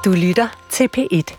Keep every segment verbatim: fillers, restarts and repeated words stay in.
Du lytter til P et.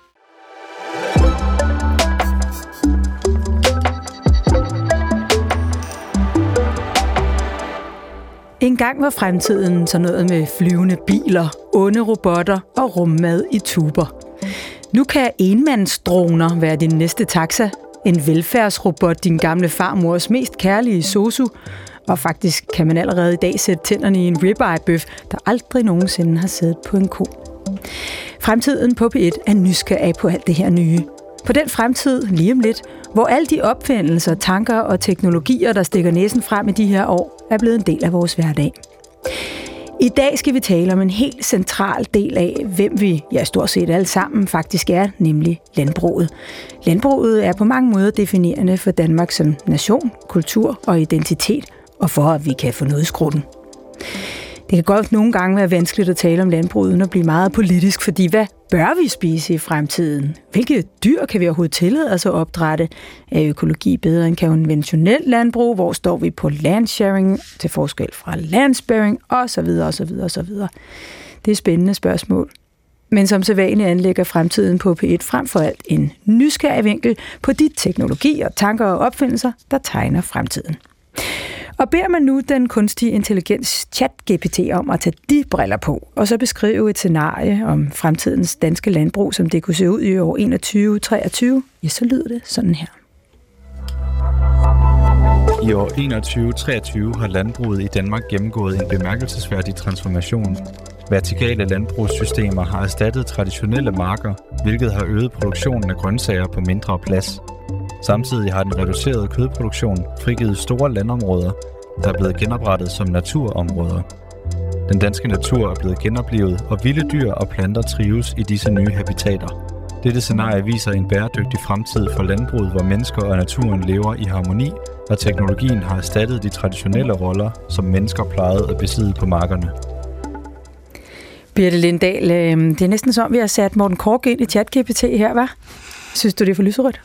En gang var fremtiden så noget med flyvende biler, onde robotter og rummad i tuber. Nu kan enmandsdroner være din næste taxa, en velfærdsrobot din gamle farmors mest kærlige sosu, og faktisk kan man allerede i dag sætte tænderne i en ribeye-bøf, der aldrig nogensinde har siddet på en ko. Fremtiden på P et er nysgerrig på alt det her nye. På den fremtid, lige om lidt, hvor alle de opfindelser, tanker og teknologier, der stikker næsen frem i de her år, er blevet en del af vores hverdag. I dag skal vi tale om en helt central del af, hvem vi, ja stort set alle sammen, faktisk er, nemlig landbruget. Landbruget er på mange måder definerende for Danmark som nation, kultur og identitet, og for at vi kan få noget i skrutten. Det kan godt nogle gange være vanskeligt at tale om landbruget uden at blive meget politisk, fordi hvad bør vi spise i fremtiden? Hvilke dyr kan vi overhovedet tillade os at opdrætte? Er økologi bedre end konventionelt landbrug? Hvor står vi på landsharing til forskel fra landsparing? Og så videre, og så videre, og så videre. Det er spændende spørgsmål. Men som sædvanligt anlægger fremtiden på P et frem for alt en nysgerrig vinkel på de teknologier, tanker og opfindelser, der tegner fremtiden. Og beder man nu den kunstige intelligens ChatGPT om at tage de briller på, og så beskrive et scenarie om fremtidens danske landbrug, som det kunne se ud i år enogtyve treogtyve, ja, så lyder det sådan her. I år enogtyve treogtyve har landbruget i Danmark gennemgået en bemærkelsesværdig transformation. Vertikale landbrugssystemer har erstattet traditionelle marker, hvilket har øget produktionen af grøntsager på mindre plads. Samtidig har den reducerede kødproduktion frigivet store landområder, der er blevet genoprettet som naturområder. Den danske natur er blevet genoplevet, og vilde dyr og planter trives i disse nye habitater. Dette scenarie viser en bæredygtig fremtid for landbruget, hvor mennesker og naturen lever i harmoni, og teknologien har erstattet de traditionelle roller, som mennesker plejede at besidde på markerne. Birte Lindahl, det er næsten som, vi har sat Morten Korch ind i ChatGPT her, hva'? Synes du, det er for lyserødt?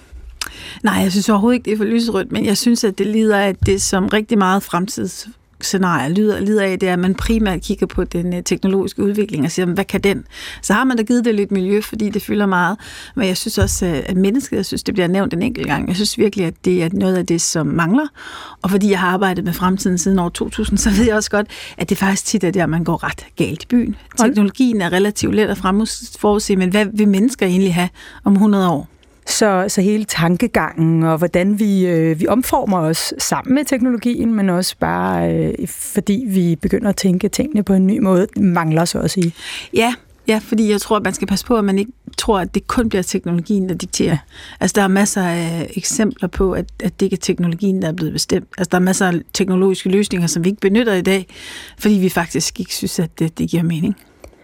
Nej, jeg synes overhovedet ikke, det er for lyserødt, men jeg synes, at det lider af det, som rigtig meget fremtidsscenarier lider, lider af, det er, at man primært kigger på den teknologiske udvikling og siger, hvad kan den? Så har man da givet det lidt miljø, fordi det fylder meget, men jeg synes også, at mennesket, jeg synes, det bliver nævnt en enkelt gang. Jeg synes virkelig, at det er noget af det, som mangler, og fordi jeg har arbejdet med fremtiden siden år to tusind, så ved jeg også godt, at det faktisk tit er der, man går ret galt i byen. Teknologien er relativt let at forudse, men hvad vil mennesker egentlig have om hundrede år? Så, så hele tankegangen og hvordan vi, øh, vi omformer os sammen med teknologien, men også bare øh, fordi vi begynder at tænke tingene på en ny måde, mangler så at sige. Ja, ja, fordi jeg tror, at man skal passe på, at man ikke tror, at det kun bliver teknologien, der dikterer. Ja. Altså, der er masser af eksempler på, at, at det ikke er teknologien, der er blevet bestemt. Altså, der er masser af teknologiske løsninger, som vi ikke benytter i dag, fordi vi faktisk ikke synes, at det, det giver mening.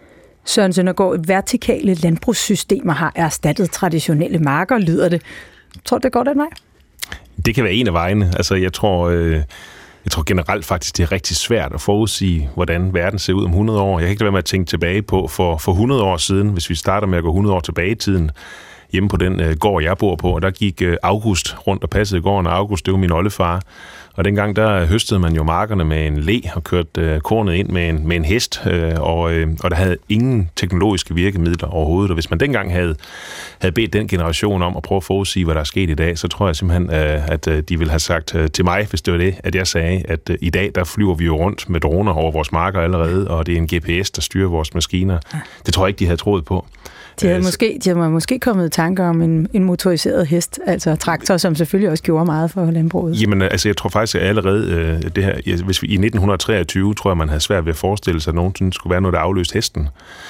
Søren Søndergaard, vertikale landbrugssystemer har erstattet traditionelle marker, lyder det. Tror du, det går den vej? Det kan være en af vejene. Altså, jeg tror, øh, jeg tror generelt faktisk, det er rigtig svært at forudsige, hvordan verden ser ud om hundrede år. Jeg kan ikke lade være med at tænke tilbage på, for, for hundrede år siden, hvis vi starter med at gå hundrede år tilbage i tiden, hjemme på den øh, gård, jeg bor på, og der gik øh, August rundt og passede gården, og August, det var min oldefar. Og dengang, der høstede man jo markerne med en le og kørte øh, kornet ind med en, med en hest, øh, og, øh, og der havde ingen teknologiske virkemidler overhovedet. Og hvis man dengang havde, havde bedt den generation om at prøve at forudsige, hvad der er sket i dag, så tror jeg simpelthen, øh, at øh, de ville have sagt øh, til mig, hvis det var det, at jeg sagde, at øh, i dag, der flyver vi jo rundt med droner over vores marker allerede, og det er en G P S, der styrer vores maskiner. Det tror jeg ikke, de havde troet på. De havde, måske, de havde måske kommet i tanker om en, en motoriseret hest, altså traktor, som selvfølgelig også gjorde meget for landbruget. Jamen, altså, jeg tror faktisk, at allerede øh, det her, hvis vi i nitten treogtyve, tror jeg, man havde svært ved at forestille sig, at nogensinde skulle være noget, der afløste hesten.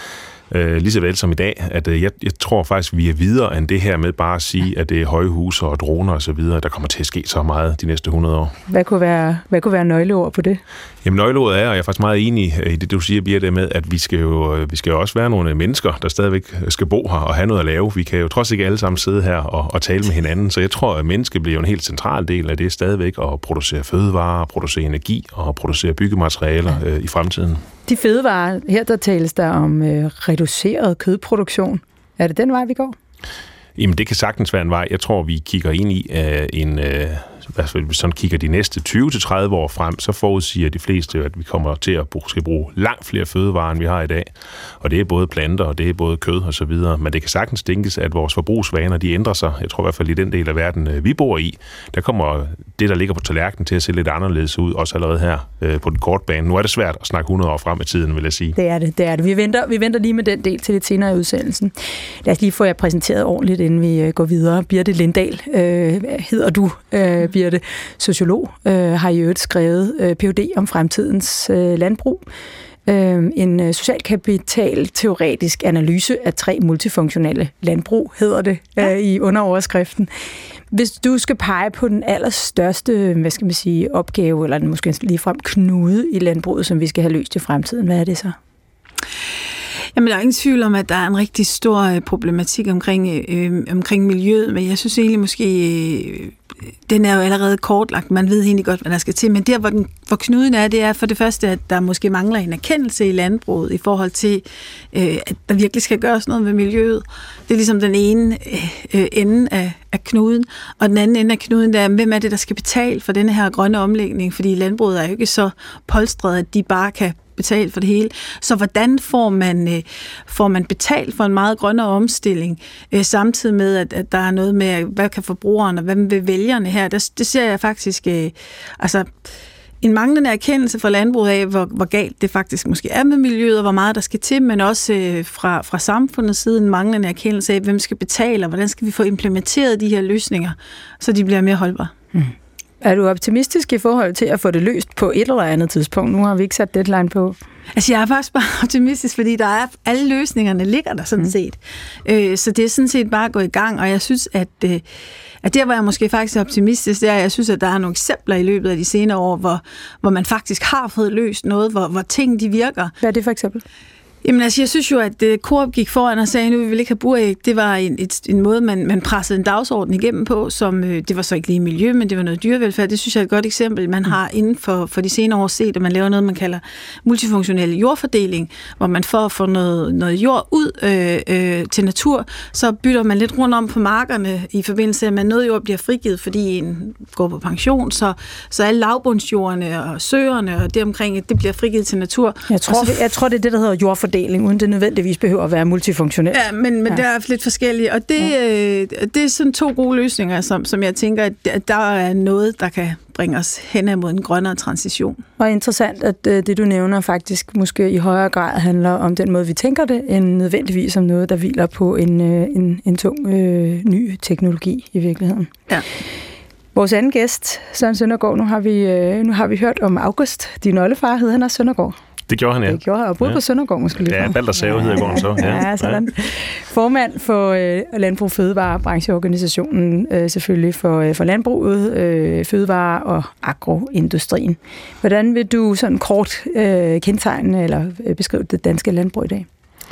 Øh, lige så vel som i dag, at øh, jeg, jeg tror faktisk, vi er videre end det her med bare at sige, at det er højhuse og droner og så videre, der kommer til at ske så meget de næste hundrede år. Hvad kunne være, hvad kunne være nøgleord på det? Jamen nøgleordet er, og jeg er faktisk meget enig i det, du siger, Birte, med, at vi skal, jo, vi skal jo også være nogle mennesker, der stadigvæk skal bo her og have noget at lave. Vi kan jo trods ikke alle sammen sidde her og, og tale med hinanden, så jeg tror, at mennesket bliver en helt central del af det stadigvæk at producere fødevarer, producere energi og producere byggematerialer øh, i fremtiden. De fødevarer, her der tales der om øh, reduceret kødproduktion. Er det den vej, vi går? Jamen, det kan sagtens være en vej. Jeg tror, vi kigger ind i uh, en, uh, altså hvis vi sådan kigger de næste tyve til tredive år frem, så forudsiger de fleste, at vi kommer til at bruge, skal bruge langt flere fødevarer, end vi har i dag. Og det er både planter, og det er både kød og så videre. Men det kan sagtens tænkes, at vores forbrugsvaner, de ændrer sig. Jeg tror i hvert fald i den del af verden, vi bor i, der kommer det, der ligger på tallerkenen, til at se lidt anderledes ud, også allerede her øh, på den korte bane. Nu er det svært at snakke hundrede år frem i tiden, vil jeg sige. Det er det, det er det. Vi venter, vi venter lige med den del til lidt senere i udsendelsen. Lad os lige få jer præsenteret ordentligt, inden vi øh, går videre. Birte Lindahl øh, hedder du, øh, Birte, sociolog, øh, har i øvrigt skrevet øh, P H D om fremtidens øh, landbrug. Øh, en øh, socialkapital-teoretisk analyse af tre multifunktionelle landbrug, hedder det øh, i underoverskriften. Hvis du skal pege på den allerstørste, hvad skal man sige, opgave, eller den måske ligefrem knude i landbruget, som vi skal have løst i fremtiden, hvad er det så? Jamen, der er ingen tvivl om, at der er en rigtig stor problematik omkring, øh, omkring miljøet, men jeg synes egentlig måske, øh, den er jo allerede kortlagt. Man ved egentlig godt, hvad der skal til, men der, hvor, den, hvor knuden er, det er for det første, at der måske mangler en erkendelse i landbruget i forhold til, øh, at der virkelig skal gøres noget med miljøet. Det er ligesom den ene øh, ende af, af knuden, og den anden ende af knuden, der er, hvem er det, der skal betale for denne her grønne omlægning, fordi landbruget er jo ikke så polstret, at de bare kan betalt for det hele. Så hvordan får man, øh, får man betalt for en meget grønnere omstilling, øh, samtidig med, at, at der er noget med, hvad kan forbrugerne, og hvad vil vælgerne her? Der, det ser jeg faktisk, øh, altså en manglende erkendelse fra landbruget af, hvor, hvor galt det faktisk måske er med miljøet, og hvor meget der skal til, men også øh, fra, fra samfundets side en manglende erkendelse af, hvem skal betale, og hvordan skal vi få implementeret de her løsninger, så de bliver mere holdbare. Mm. Er du optimistisk i forhold til at få det løst på et eller andet tidspunkt? Nu har vi ikke sat deadline på. Altså, jeg er faktisk bare optimistisk, fordi der er, alle løsningerne ligger der sådan set. Mm. Øh, så det er sådan set bare at gå i gang, og jeg synes, at, øh, at der, hvor jeg måske faktisk er optimistisk, det er, at jeg synes, at der er nogle eksempler i løbet af de senere år, hvor, hvor man faktisk har fået løst noget, hvor, hvor ting de virker. Hvad er det for eksempel? Jamen altså, jeg synes jo, at uh, Coop gik foran og sagde, at nu vil vi ikke have buræg. Det var en, et, en måde, man, man pressede en dagsorden igennem på, som, øh, det var så ikke lige miljø, men det var noget dyrevelfærd. Det synes jeg er et godt eksempel. Man har inden for, for de senere år set, at man laver noget, man kalder multifunktionel jordfordeling, hvor man for at få noget, noget jord ud øh, øh, til natur, så bytter man lidt rundt om på markerne i forbindelse med, at noget jord bliver frigivet, fordi en går på pension, så, så alle lavbundsjordene og søerne og det omkring, det bliver frigivet til natur. Jeg tror, så, jeg tror det er det, der hedder jordfordeling. Uden det nødvendigvis behøver at være multifunktionelt. Ja, men, men ja. Det er lidt forskelligt, og det, ja. øh, det er sådan to gode løsninger, som, som jeg tænker, at der er noget, der kan bringe os hen mod en grønnere transition. Og interessant, at øh, det du nævner faktisk måske i højere grad handler om den måde, vi tænker det, end nødvendigvis om noget, der hviler på en, øh, en, en tung øh, ny teknologi i virkeligheden. Ja. Vores anden gæst, Søren Søndergaard, nu har vi, øh, nu har vi hørt om August. Din oldefar hed han også Søndergaard. Det gjorde han, ja. Det gjorde han, og boede ja. på Søndergaard måske lidt. Ja, Balder Save hedder gården så. Ja, ja sådan. Ja. Formand for øh, Landbrug Fødevare, brancheorganisationen øh, selvfølgelig for, øh, for landbruget, øh, fødevare og agroindustrien. Hvordan vil du sådan kort øh, kendetegne eller øh, beskrive det danske landbrug i dag?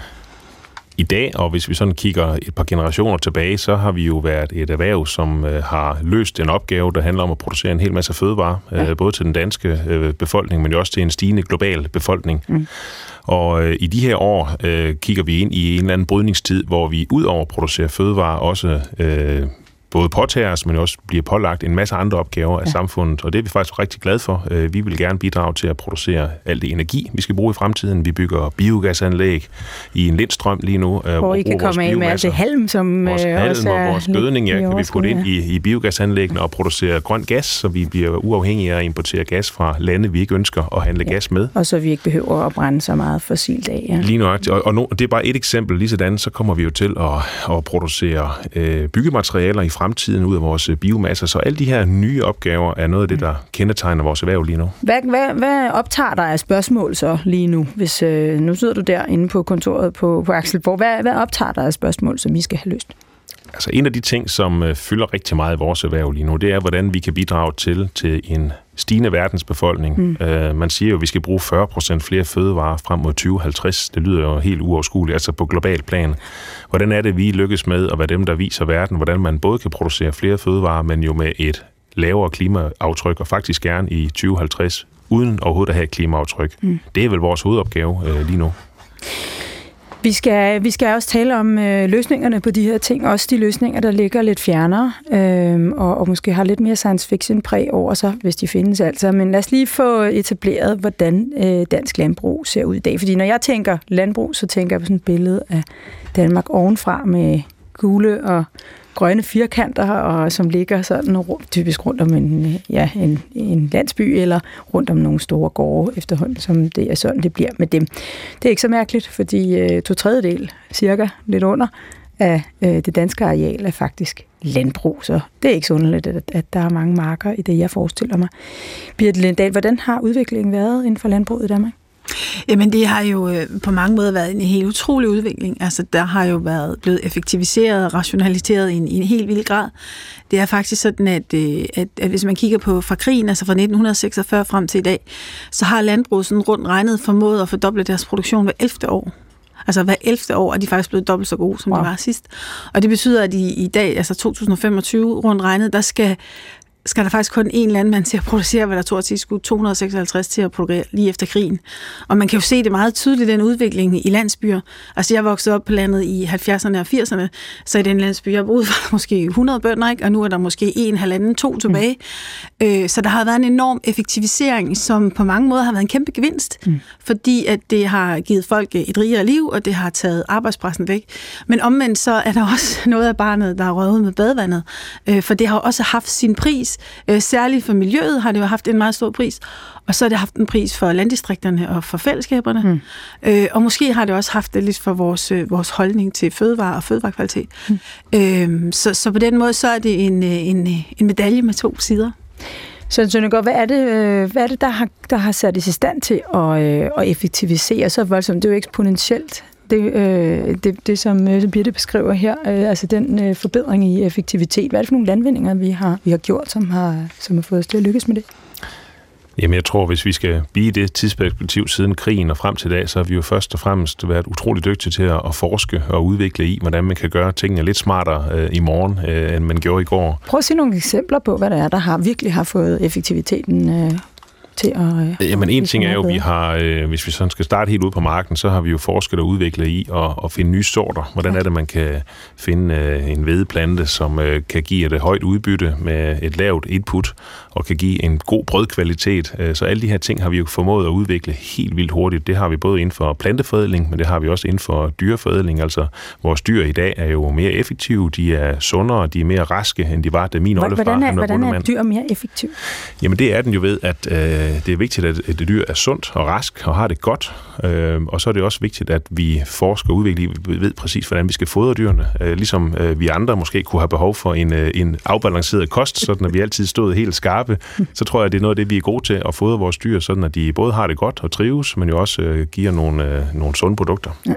I dag, og hvis vi sådan kigger et par generationer tilbage, så har vi jo været et erhverv, som øh, har løst en opgave, der handler om at producere en hel masse fødevarer, ja. øh, både til den danske øh, befolkning, men jo også til en stigende global befolkning. Mm. Og øh, i de her år øh, kigger vi ind i en eller anden brydningstid, hvor vi ud over at producere fødevarer også øh, både påtager os, men også bliver pålagt en masse andre opgaver af ja. samfundet, og det er vi faktisk rigtig glade for. Vi vil gerne bidrage til at producere al det energi, vi skal bruge i fremtiden. Vi bygger biogasanlæg i en Lindstrøm lige nu. Hvor I kan komme af med alt det halm, som vores halm også og vores gødning, ja, kan vi putte ind i, i biogasanlæggene og producere grøn gas, så vi bliver uafhængige af at importere gas fra lande, vi ikke ønsker at handle ja. gas med. Og så vi ikke behøver at brænde så meget fossilt af. Ja. Lige nøjagtigt. Og, og no, det er bare et eksempel. Lige sådan, så kommer vi jo til at, at producere øh, byggematerialer i fremtiden ud af vores biomasse. Så alle de her nye opgaver er noget af det, der kendetegner vores erhverv lige nu. Hvad, hvad, hvad optager dig af spørgsmål så lige nu? Hvis øh, nu sidder du derinde på kontoret på, på Axelborg. Hvad, hvad optager dig af spørgsmål, som vi skal have løst? Altså en af de ting, som øh, fylder rigtig meget i vores erhverv lige nu, det er, hvordan vi kan bidrage til, til en stigende verdensbefolkning. Mm. Øh, man siger jo, at vi skal bruge fyrre procent flere fødevarer frem mod tyve halvtreds. Det lyder jo helt uoverskueligt, altså på global plan. Hvordan er det, vi lykkes med at være dem, der viser verden, hvordan man både kan producere flere fødevarer, men jo med et lavere klimaaftryk, og faktisk gerne i tyve halvtreds, uden overhovedet at have et klimaaftryk. Mm. Det er vel vores hovedopgave øh, lige nu. Vi skal, vi skal også tale om øh, løsningerne på de her ting, også de løsninger, der ligger lidt fjernere, øh, og, og måske har lidt mere science fiction præg over sig, hvis de findes altså. Men lad os lige få etableret, hvordan øh, dansk landbrug ser ud i dag. Fordi når jeg tænker landbrug, så tænker jeg på sådan et billede af Danmark ovenfra med gule og grønne firkanter, og som ligger sådan typisk rundt om en, ja, en, en landsby, eller rundt om nogle store gårde efterhånden, som det er sådan, det bliver med dem. Det er ikke så mærkeligt, fordi øh, to tredjedel, cirka lidt under, af øh, det danske areal er faktisk landbrug, så det er ikke så underligt, at, at der er mange marker i det, jeg forestiller mig. Birthe Lindahl, hvordan har udviklingen været inden for landbruget i Danmark? Jamen det har jo på mange måder været en helt utrolig udvikling. Altså der har jo været blevet effektiviseret og rationaliseret i en, i en helt vild grad. Det er faktisk sådan, at, at, at hvis man kigger på fra krigen, altså fra nitten seksogfyrre frem til i dag, så har landbruget sådan rundt regnet formået at fordoble deres produktion hver ellevte år. Altså hver ellevte år er de faktisk blevet dobbelt så gode, som wow. de var sidst. Og det betyder, at i, i dag, altså to tusind og femogtyve rundt regnet, der skal skal der faktisk kun en landmand til at producere, hvad der tog til skulle to hundrede og seksoghalvtreds til at producere lige efter krigen. Og man kan jo se det meget tydeligt, den udvikling i landsbyer. Altså jeg voksede op på landet i halvfjerdserne og firserne, så i den landsby, jeg boede, var der måske hundrede bønder, ikke? Og nu er der måske en, halvanden, to tilbage. Mm. Øh, så der har været en enorm effektivisering, som på mange måder har været en kæmpe gevinst, mm. fordi at det har givet folk et rigere liv, og det har taget arbejdspressen væk. Men omvendt så er der også noget af barnet, der er røget ud med badevandet, øh, for det har også haft sin pris. Øh, særligt for miljøet har det jo haft en meget stor pris, og så har det haft en pris for landdistrikterne og for fællesskaberne. Mm. Øh, og måske har det også haft det lidt for vores, øh, vores holdning til fødevare og fødevarekvalitet. Mm. Øh, så, så på den måde så er det en, en, en medalje med to sider. Så Søndergaard, hvad er det, hvad er det der, har, der har sat os i stand til at, at effektivisere så voldsomt? Det er jo eksponentielt. Det, øh, det, det som Birthe beskriver her, øh, altså den øh, forbedring i effektivitet. Hvad er det for nogle landvindinger, vi har, vi har gjort, som har, som har fået os til at lykkes med det? Jamen jeg tror, hvis vi skal blive det tidsperspektiv siden krigen og frem til i dag, så har vi jo først og fremmest været utrolig dygtige til at forske og udvikle i, hvordan man kan gøre tingene lidt smartere øh, i morgen, øh, end man gjorde i går. Prøv at sige nogle eksempler på, hvad der er, der har virkelig har fået effektiviteten øh til at... Øh, Jamen en ting er jo, vi har, øh, hvis vi sådan skal starte helt ude på marken, så har vi jo forsket og udviklet i at, at finde nye sorter. Hvordan er det, man kan finde øh, en hvedeplante, som øh, kan give et højt udbytte med et lavt input, og kan give en god brødkvalitet. Så alle de her ting har vi jo formået at udvikle helt vildt hurtigt. Det har vi både inden for planteforædling, men det har vi også inden for dyreforædling. Altså vores dyr i dag er jo mere effektive, de er sundere, de er mere raske, end de var, da min oldefar... Hvordan er, hvordan er dyr mere effektiv? Jamen det er den jo ved, at øh, det er vigtigt, at et dyr er sundt og rask og har det godt. Øh, og så er det også vigtigt, at vi forsker og udvikler, vi ved præcis, hvordan vi skal fodre dyrene. Øh, ligesom øh, vi andre måske kunne have behov for en, øh, en afbalanceret kost, sådan at vi altid stod helt skarpe. Så tror jeg, at det er noget af det, vi er gode til, at fodre vores dyr, sådan at de både har det godt og trives, men jo også øh, giver nogle, øh, nogle sunde produkter. Ja.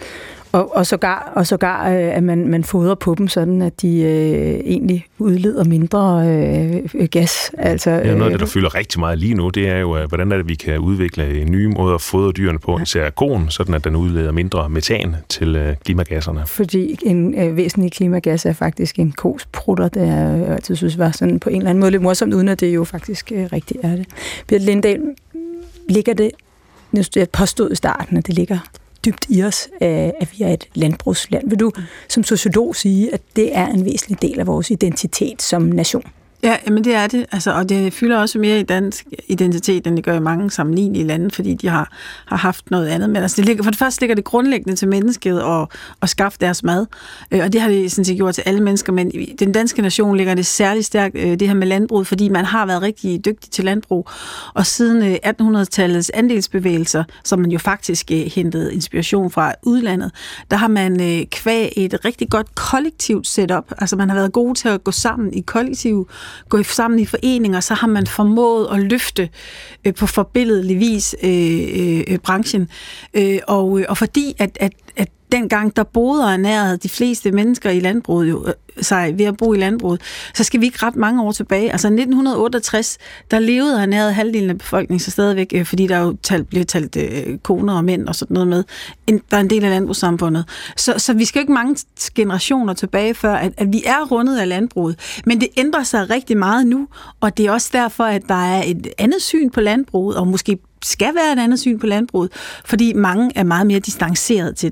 Og, og sågar, og sågar øh, at man, man fodrer på dem, sådan at de øh, egentlig udleder mindre øh, gas. Altså, ja, noget af det, der fylder rigtig meget lige nu, det er jo, øh, hvordan er det, vi kan udvikle nye måder at fodre dyrene på, ja. Især koen, sådan at den udleder mindre metan til øh, klimagasserne. Fordi en øh, væsentlig klimagas er faktisk en kos prutter, det er jeg altid synes var sådan på en eller anden måde lidt morsomt, uden at det jo faktisk øh, rigtigt er det. Birthe Lindahl, ligger det, jeg påstod i starten, at det ligger dybt i os, at vi er et landbrugsland. Vil du som sociolog sige, at det er en væsentlig del af vores identitet som nation? Ja, men det er det, altså, og det fylder også mere i dansk identitet, end det gør i mange sammenlignelige lande, fordi de har, har haft noget andet. Men altså, det ligger, for det første ligger det grundlæggende til mennesket at, at skaffe deres mad, og det har det sådan set gjort til alle mennesker, men i den danske nation ligger det særligt stærkt, det her med landbruget, fordi man har været rigtig dygtig til landbrug, og siden attenhundredetallets andelsbevægelser, som man jo faktisk hentede inspiration fra udlandet, der har man kvæg et rigtig godt kollektivt setup, altså man har været gode til at gå sammen i kollektiv, gå sammen i foreninger, så har man formået at løfte øh, på forbilledlig vis øh, øh, branchen. Øh, og, og fordi at, at, at dengang der boede og ernærede de fleste mennesker i landbruget jo, øh, sig ved at bo i landbruget, så skal vi ikke ret mange år tilbage. Altså nitten otteogtres, der levede og ernærede halvdelen af befolkningen så stadigvæk, øh, fordi der jo talt, blev talt øh, koner og mænd og sådan noget med. En, der er en del af landbrugssamfundet. Så, så vi skal jo ikke mange generationer tilbage, før at, at vi er rundet af landbruget. Men det ændrer sig rigtig meget nu, og det er også derfor, at der er et andet syn på landbruget, og måske skal være et andet syn på landbruget, fordi mange er meget mere distanceret til det.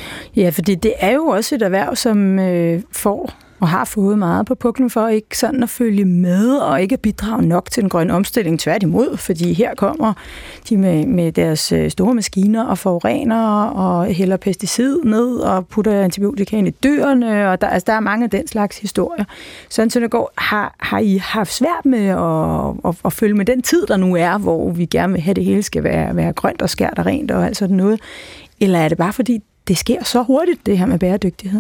Ja, fordi det er jo også et erhverv, som øh, får og har fået meget på puklen for ikke sådan at følge med og ikke bidrage nok til den grønne omstilling. Tværtimod, fordi her kommer de med, med deres store maskiner og forurener og hælder pesticid ned og putter antibiotika ind i dyrene, og der, altså, der er mange af den slags historier. Sådan Søndergaard, har, har I haft svært med at, at, at følge med den tid, der nu er, hvor vi gerne vil have, det hele skal være, være grønt og skært og rent og alt sådan noget? Eller er det bare fordi, det sker så hurtigt, det her med bæredygtighed?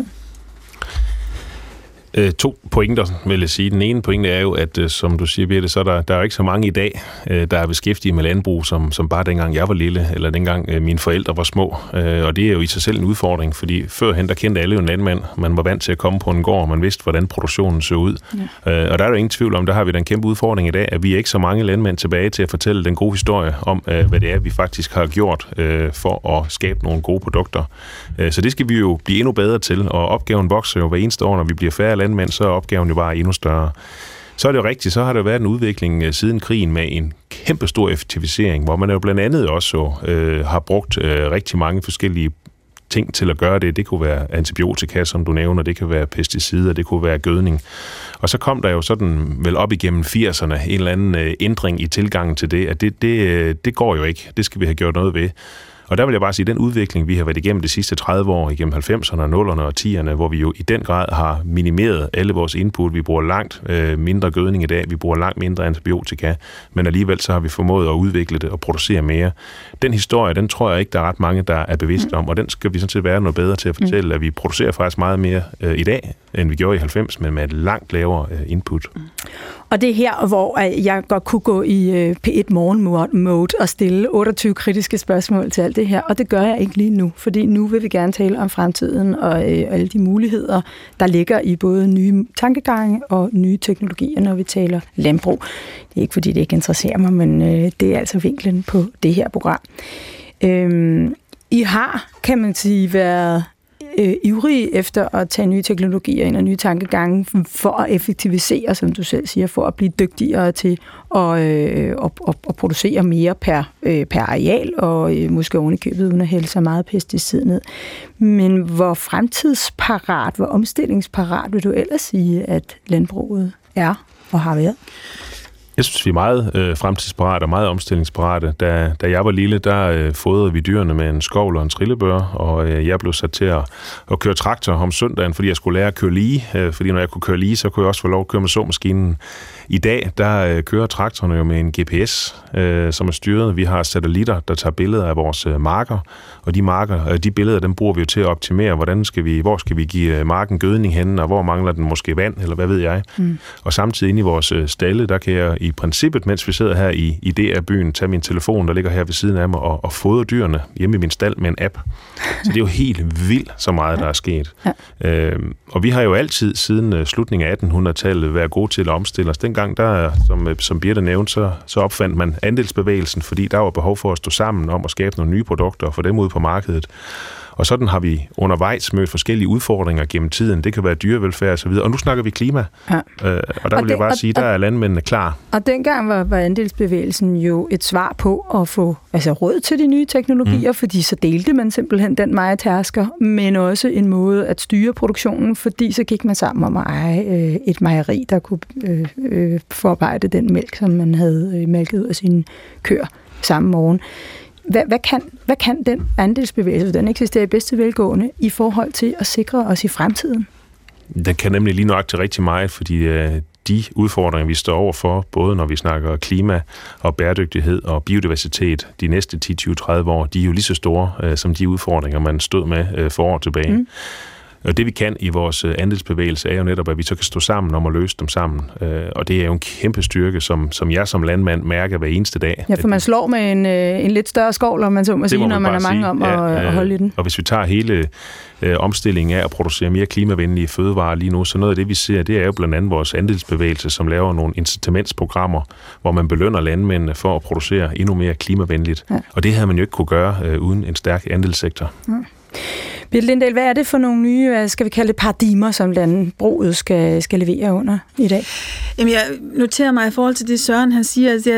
Øh, to pointer, vil jeg sige. Den ene pointe er jo, at øh, som du siger, Birte, så er der, der er jo ikke så mange i dag, øh, der er beskæftiget med landbrug, som, som bare dengang jeg var lille, eller dengang øh, mine forældre var små. Øh, og det er jo i sig selv en udfordring, fordi førhen, der kendte alle jo en landmand. Man var vant til at komme på en gård, og man vidste, hvordan produktionen så ud. Ja. Øh, og der er jo ingen tvivl om, der har vi da en kæmpe udfordring i dag, at vi er ikke så mange landmænd tilbage til at fortælle den gode historie om, øh, hvad det er, vi faktisk har gjort øh, for at skabe nogle gode produkter. Øh, så det skal vi jo blive endnu bedre til, og opgaven vokser jo hver eneste år, når vi bliver færre landmænd, så er opgaven jo bare endnu større. Så er det jo rigtigt, så har der været en udvikling siden krigen med en kæmpe stor effektivisering, hvor man jo blandt andet også øh, har brugt øh, rigtig mange forskellige ting til at gøre det. Det kunne være antibiotika, som du nævner, det kan være pesticider, det kunne være gødning. Og så kom der jo sådan vel op igennem firserne en eller anden øh, ændring i tilgangen til det, at det, det, det går jo ikke. Det skal vi have gjort noget ved. Og der vil jeg bare sige, at den udvikling, vi har været igennem de sidste tredive år, igennem halvfemserne, nullerne og tierne, hvor vi jo i den grad har minimeret alle vores input. Vi bruger langt øh, mindre gødning i dag, vi bruger langt mindre antibiotika, men alligevel så har vi formået at udvikle det og producere mere. Den historie, den tror jeg ikke, der er ret mange, der er bevidste om, og den skal vi sådan set være noget bedre til at fortælle, at vi producerer faktisk meget mere øh, i dag, end vi gjorde i halvfems, men med et langt lavere øh, input. Og det er her, hvor jeg godt kunne gå i P et Morgen-mode og stille otteogtyve kritiske spørgsmål til alt det her, og det gør jeg ikke lige nu, fordi nu vil vi gerne tale om fremtiden og øh, alle de muligheder, der ligger i både nye tankegange og nye teknologier, når vi taler landbrug. Det er ikke, fordi det ikke interesserer mig, men øh, det er altså vinklen på det her program. Øhm, I har, kan man sige, været øh, ivrige efter at tage nye teknologier ind og nye tankegange for at effektivisere, som du selv siger, for at blive dygtigere til at, øh, at, at, at producere mere per, øh, per areal, og øh, måske oven i købet uden at hælde så meget pesticid ned. Men hvor fremtidsparat, hvor omstillingsparat vil du ellers sige, at landbruget er og har været? Jeg synes, vi er meget øh, fremtidsparate og meget omstillingsparate. Da, da jeg var lille, der øh, fodrede vi dyrene med en skovl og en trillebør, og øh, jeg blev sat til at, at køre traktor om søndagen, fordi jeg skulle lære at køre lige. Øh, fordi når jeg kunne køre lige, så kunne jeg også få lov at køre med såmaskinen. I dag, der øh, kører traktorerne jo med en G P S, øh, som er styret. Vi har satellitter, der tager billeder af vores øh, marker, og de marker, øh, de billeder, dem bruger vi jo til at optimere, hvordan skal vi, hvor skal vi give øh, marken gødning henne, og hvor mangler den måske vand, eller hvad ved jeg. Mm. Og samtidig inde i vores øh, stalle, der kan jeg i princippet, mens vi sidder her i, i D R-byen, tage min telefon, der ligger her ved siden af mig, og, og fodre dyrene hjemme i min stald med en app. Så det er jo helt vildt, så meget, der er sket. Ja. Øh, og vi har jo altid siden øh, slutningen af attenhundredetallet været gode til at omstille os. Dengang, der, som, som Birte nævnte, så, så opfandt man andelsbevægelsen, fordi der var behov for at stå sammen om at skabe nogle nye produkter og få dem ud på markedet. Og sådan har vi undervejs mødt forskellige udfordringer gennem tiden. Det kan være dyrevelfærd og så videre. Og nu snakker vi klima. Ja. Øh, og der og vil det, jeg bare og, sige, der er landmændene klar. Og dengang var, var andelsbevægelsen jo et svar på at få altså, råd til de nye teknologier, mm. fordi så delte man simpelthen den mejetærsker, men også en måde at styre produktionen, fordi så gik man sammen om at eje øh, et mejeri, der kunne øh, øh, forarbejde den mælk, som man havde øh, mælket ud af sine køer samme morgen. Hvad, hvad, kan, hvad kan den andelsbevægelse, den eksisterer i bedste velgående, i forhold til at sikre os i fremtiden? Den kan nemlig lige nok til rigtig meget, fordi øh, de udfordringer, vi står overfor, både når vi snakker klima og bæredygtighed og biodiversitet de næste ti, tyve, tredive år, de er jo lige så store øh, som de udfordringer, man stod med øh, for år tilbage. Mm. Og det vi kan i vores andelsbevægelse er jo netop, at vi så kan stå sammen om at løse dem sammen. Og det er jo en kæmpe styrke, som, som jeg som landmand mærker hver eneste dag. Ja, for man slår med en, en lidt større skovl, om man så må sige, når man er mange sige. om at, ja, at holde i den. Og hvis vi tager hele øh, omstillingen af at producere mere klimavenlige fødevarer lige nu, så noget af det, vi ser, det er jo blandt andet vores andelsbevægelse, som laver nogle incitamentsprogrammer, hvor man belønner landmændene for at producere endnu mere klimavenligt. Ja. Og det havde man jo ikke kunne gøre øh, uden en stærk andelssektor. Ja. Birte Lindahl, hvad er det for nogle nye, hvad skal vi kalde det, paradigmer, som landbruget skal, skal levere under i dag? Jamen, jeg noterer mig i forhold til det, Søren han siger, at det, det,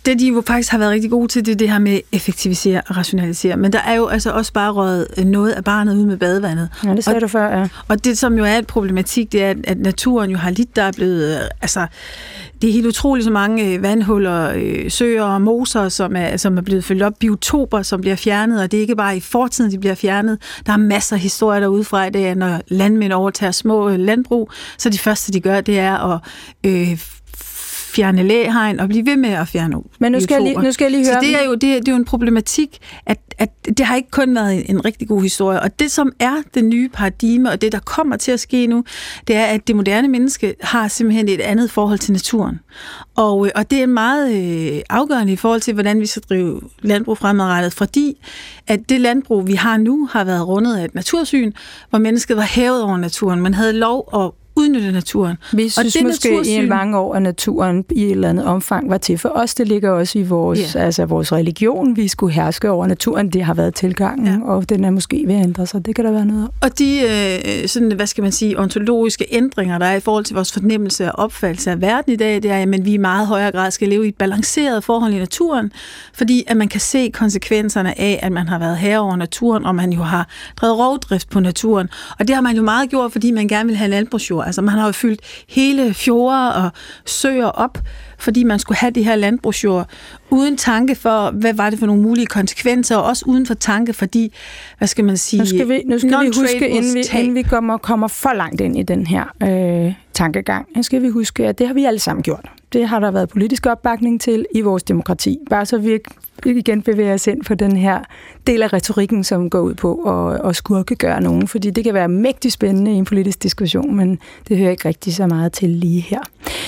det, de jo faktisk har været rigtig gode til, det er det her med at effektivisere og rationalisere. Men der er jo altså også bare røget noget af barnet ud med badevandet. Ja, det sagde og, du før, ja. Og det, som jo er et problematik, det er, at naturen jo har lidt, der er blevet... Altså, det er helt utroligt så mange vandhuller, øh, søer og moser, som er, som er blevet fyldt op, biotoper, som bliver fjernet, og det er ikke bare i fortiden, de bliver fjernet. Der er masser af historier derude fra, det er, når landmænd overtager små øh, landbrug, så det første, de gør, det er at øh, fjerne læhegn og blive ved med at fjerne Men nu skal, jeg lige, nu skal jeg lige høre... Så det er jo, det er, det er jo en problematik, at, at det har ikke kun været en, en rigtig god historie. Og det, som er det nye paradigme, og det, der kommer til at ske nu, det er, at det moderne menneske har simpelthen et andet forhold til naturen. Og, og det er meget øh, afgørende i forhold til, hvordan vi skal drive landbrug fremadrettet, fordi at det landbrug, vi har nu, har været rundet af et natursyn, hvor mennesket var hævet over naturen. Man havde lov at udnytte naturen. Vi synes og det måske natursyn... i mange år, at naturen i et eller andet omfang var til for os. Det ligger også i vores, yeah. altså vores religion. Vi skulle herske over naturen. Det har været tilgangen, ja. Og den er måske ved at ændre sig. Det kan der være noget af. Og de øh, sådan, hvad skal man sige, ontologiske ændringer, der er i forhold til vores fornemmelse og opfattelse af verden i dag, det er, at vi i meget højere grad skal leve i et balanceret forhold i naturen, fordi at man kan se konsekvenserne af, at man har været herre over naturen, og man jo har drevet rovdrift på naturen. Og det har man jo meget gjort, fordi man gerne vil have landbrugsjord. Altså man har jo fyldt hele fjorde og søer op, fordi man skulle have det her landbrugsjord, uden tanke for, hvad var det for nogle mulige konsekvenser, og også uden for tanke, fordi, hvad skal man sige... Nu skal vi, nu skal vi huske, inden vi, inden vi kommer, kommer for langt ind i den her øh, tankegang, så skal vi huske, at det har vi alle sammen gjort. Det har der været politisk opbakning til i vores demokrati. Bare så vi igen bevæger os ind på den her del af retorikken, som går ud på at, at skurkegøre nogen, fordi det kan være mægtig spændende i en politisk diskussion, men det hører ikke rigtig så meget til lige her.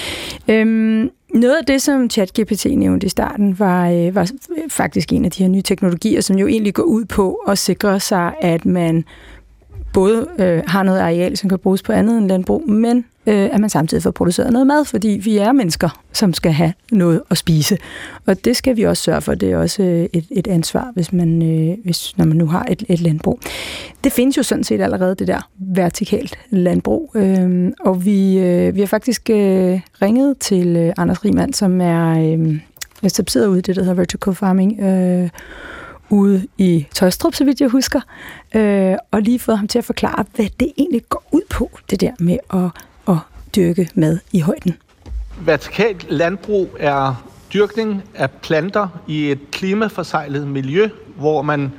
Øhm, noget af det, som ChatGPT nævnte i starten, var, øh, var faktisk en af de her nye teknologier, som jo egentlig går ud på at sikre sig, at man både øh, har noget areal, som kan bruges på andet end landbrug, men øh, at man samtidig får produceret noget mad, fordi vi er mennesker, som skal have noget at spise. Og det skal vi også sørge for. Det er også øh, et, et ansvar, hvis man, øh, hvis, når man nu har et, et landbrug. Det findes jo sådan set allerede, det der vertikalt landbrug. Øh, og vi, øh, vi har faktisk øh, ringet til øh, Anders Riemann, som er øh, certificeret ude i det, der hedder vertical farming, øh, ude i Tøjstrup, så vidt jeg husker, øh, og lige fået ham til at forklare, hvad det egentlig går ud på, det der med at, at dyrke mad i højden. Vertikalt landbrug er dyrkning af planter i et klimaforsejlet miljø, hvor man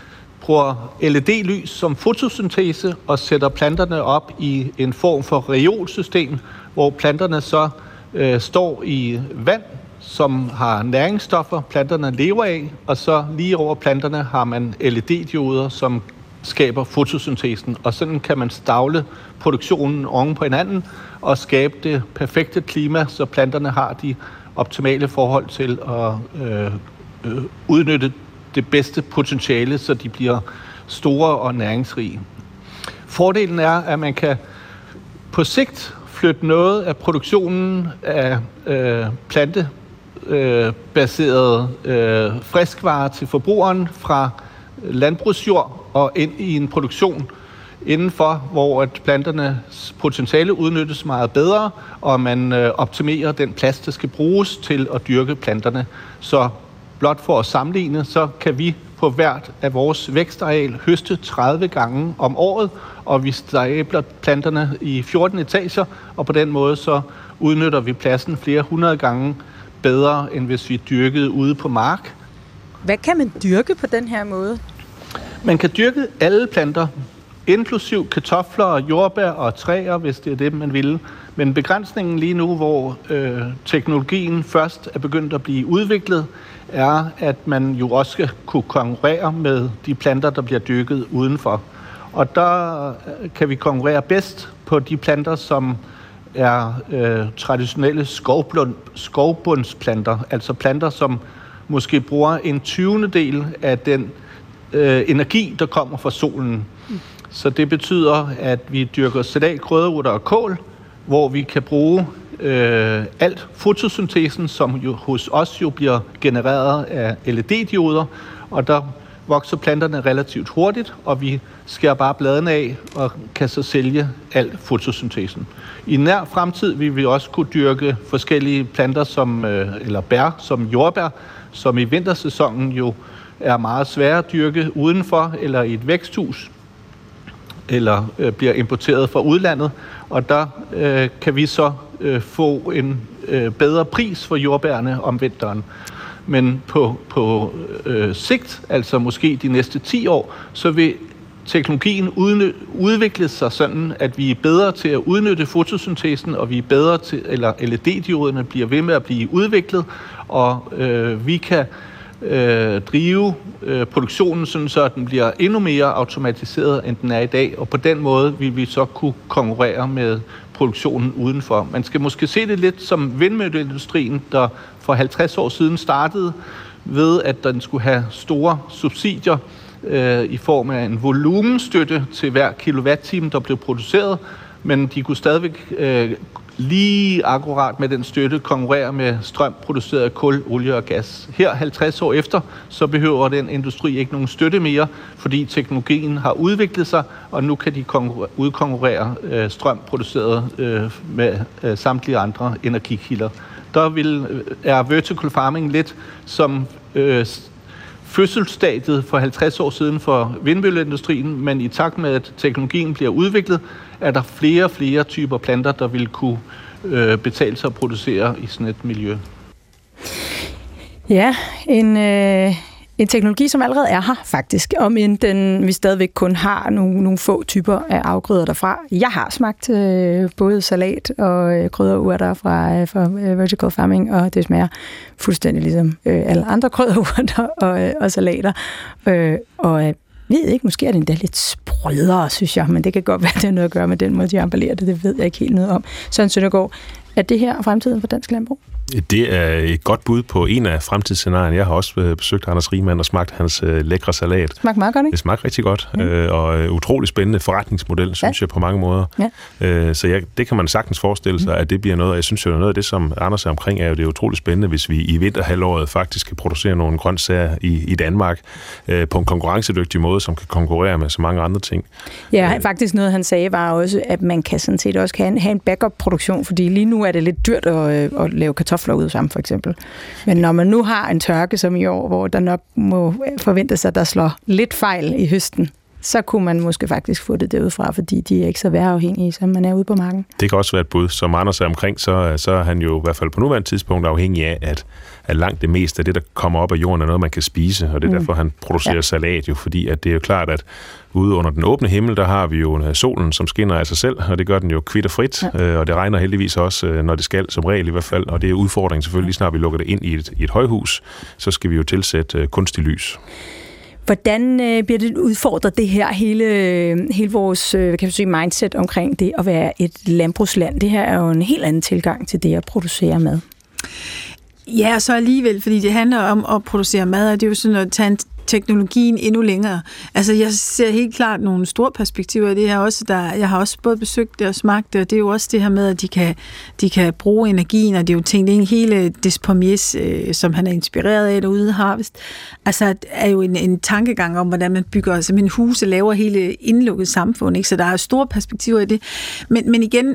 bruger L E D-lys som fotosyntese og sætter planterne op i en form for reolsystem, hvor planterne så øh, står i vand, som har næringsstoffer, planterne lever af, og så lige over planterne har man L E D-dioder, som skaber fotosyntesen, og sådan kan man stavle produktionen oven på hinanden og skabe det perfekte klima, så planterne har de optimale forhold til at øh, øh, udnytte det bedste potentiale, så de bliver store og næringsrige. Fordelen er, at man kan på sigt flytte noget af produktionen af øh, plante Øh, baseret øh, friskvarer til forbrugeren fra landbrugsjord og ind i en produktion indenfor, hvor at planternes potentiale udnyttes meget bedre, og man øh, optimerer den plads, der skal bruges til at dyrke planterne. Så blot for at sammenligne, så kan vi på hvert af vores vækstareal høste tredive gange om året, og vi stabler planterne i fjorten etager, og på den måde så udnytter vi pladsen flere hundrede gange bedre, end hvis vi dyrkede ude på mark. Hvad kan man dyrke på den her måde? Man kan dyrke alle planter, inklusiv kartofler og jordbær og træer, hvis det er det, man vil. Men begrænsningen lige nu, hvor øh, teknologien først er begyndt at blive udviklet, er, at man jo også skal kunne konkurrere med de planter, der bliver dyrket udenfor. Og der kan vi konkurrere bedst på de planter, som er øh, traditionelle skovbund, skovbundsplanter, altså planter, som måske bruger en tyvende del af den øh, energi, der kommer fra solen. Mm. Så det betyder, at vi dyrker salat, krydderurter og kål, hvor vi kan bruge øh, alt fotosyntesen, som jo hos os jo bliver genereret af L E D-dioder, og der vokser planterne relativt hurtigt, og vi skærer bare bladene af og kan så sælge al fotosyntesen. I nær fremtid vil vi også kunne dyrke forskellige planter, som, eller bær, som jordbær, som i vintersæsonen jo er meget svære at dyrke udenfor eller i et væksthus, eller øh, bliver importeret fra udlandet, og der øh, kan vi så øh, få en øh, bedre pris for jordbærne om vinteren. Men på, på øh, sigt, altså måske de næste ti år, så vil teknologien udny- udvikle sig sådan, at vi er bedre til at udnytte fotosyntesen, og vi er bedre til, eller L E D-dioderne bliver ved med at blive udviklet, og øh, vi kan øh, drive øh, produktionen sådan, så den bliver endnu mere automatiseret, end den er i dag, og på den måde vil vi så kunne konkurrere med produktionen udenfor. Man skal måske se det lidt som vindmølleindustrien, der for halvtreds år siden startede ved, at den skulle have store subsidier øh, i form af en volumenstøtte til hver kilowatt-time, der blev produceret, men de kunne stadigvæk øh, lige akkurat med den støtte konkurrere med strøm produceret af kul, olie og gas. Her halvtreds år efter, så behøver den industri ikke nogen støtte mere, fordi teknologien har udviklet sig, og nu kan de konkurre- udkonkurrere øh, strøm produceret øh, med øh, samtlige andre energikilder. Der vil, øh, er vertical farming lidt som øh, fødselsstadiet for halvtreds år siden for vindmølleindustrien, men i takt med, at teknologien bliver udviklet, er der flere og flere typer planter, der vil kunne øh, betale sig at producere i sådan et miljø. Ja, en, øh, en teknologi, som allerede er her faktisk, om end den, vi stadigvæk kun har nogle, nogle få typer af afgrøder derfra. Jeg har smagt øh, både salat og øh, krydderurter fra, øh, fra øh, vertical farming, og det smager fuldstændig ligesom øh, alle andre krydderurter og, øh, og salater. Øh, og øh, jeg ved ikke, måske er det endda lidt sprødere, synes jeg, men det kan godt være, det har noget at gøre med den måde, de emballerer det. Det ved jeg ikke helt noget om. Søren Søndergaard, er det her fremtiden for dansk landbrug? Det er et godt bud på en af fremtidsscenarierne. Jeg har også besøgt Anders Riemann og smagt hans øh, lækre salat. Smagte meget godt, ikke? Det smagte rigtig godt, mm. øh, og utrolig spændende forretningsmodel, synes ja. jeg, på mange måder. Ja. Øh, så jeg, det kan man sagtens forestille sig, mm. at det bliver noget, og jeg synes jo, noget af det, som Anders er omkring, er jo, det er utrolig spændende, hvis vi i vinterhalvåret faktisk kan producere nogle grøntsager i, i Danmark øh, på en konkurrencedygtig måde, som kan konkurrere med så mange andre ting. Ja, øh. faktisk noget, han sagde, var også, at man kan sådan set også have en, have en backup-produktion, fordi lige nu er det lidt dyrt at, at lave kartofler ud sammen, for eksempel. Men når man nu har en tørke som i år, hvor der nok må forventes, at der slår lidt fejl i høsten, så kunne man måske faktisk få det derudfra, fordi de er ikke så vejrafhængige, som man er ude på marken. Det kan også være et bud. Som Anders er omkring, så, så er han jo i hvert fald på nuværende tidspunkt afhængig af, at, at langt det meste af det, der kommer op af jorden, er noget, man kan spise, og det er mm. derfor, han producerer ja. salat jo, fordi at det er jo klart, at ude under den åbne himmel, der har vi jo solen, som skinner af sig selv, og det gør den jo kvitterfrit, ja. og det regner heldigvis også, når det skal, som regel i hvert fald, og det er udfordringen selvfølgelig, lige snart vi lukker det ind i et, i et højhus, så skal vi jo tilsætte kunstig lys. Hvordan øh, bliver det udfordret, det her hele, hele vores øh, kan vi sige, mindset omkring det at være et landbrugsland? Det her er jo en helt anden tilgang til det at producere mad. Ja, så alligevel, fordi det handler om at producere mad, og det er jo sådan at tage en teknologien endnu længere. Altså, jeg ser helt klart nogle store perspektiver i det her også. Der, jeg har også både besøgt det og smagt det, og det er jo også det her med, at de kan, de kan bruge energien, og det er jo tænkt ind hele Des Pommiers, øh, som han er inspireret af derude i Harvest. Altså, det er jo en, en tankegang om, hvordan man bygger simpelthen huse, laver hele indlukket samfund, ikke? Så der er store perspektiver i det. Men, men igen,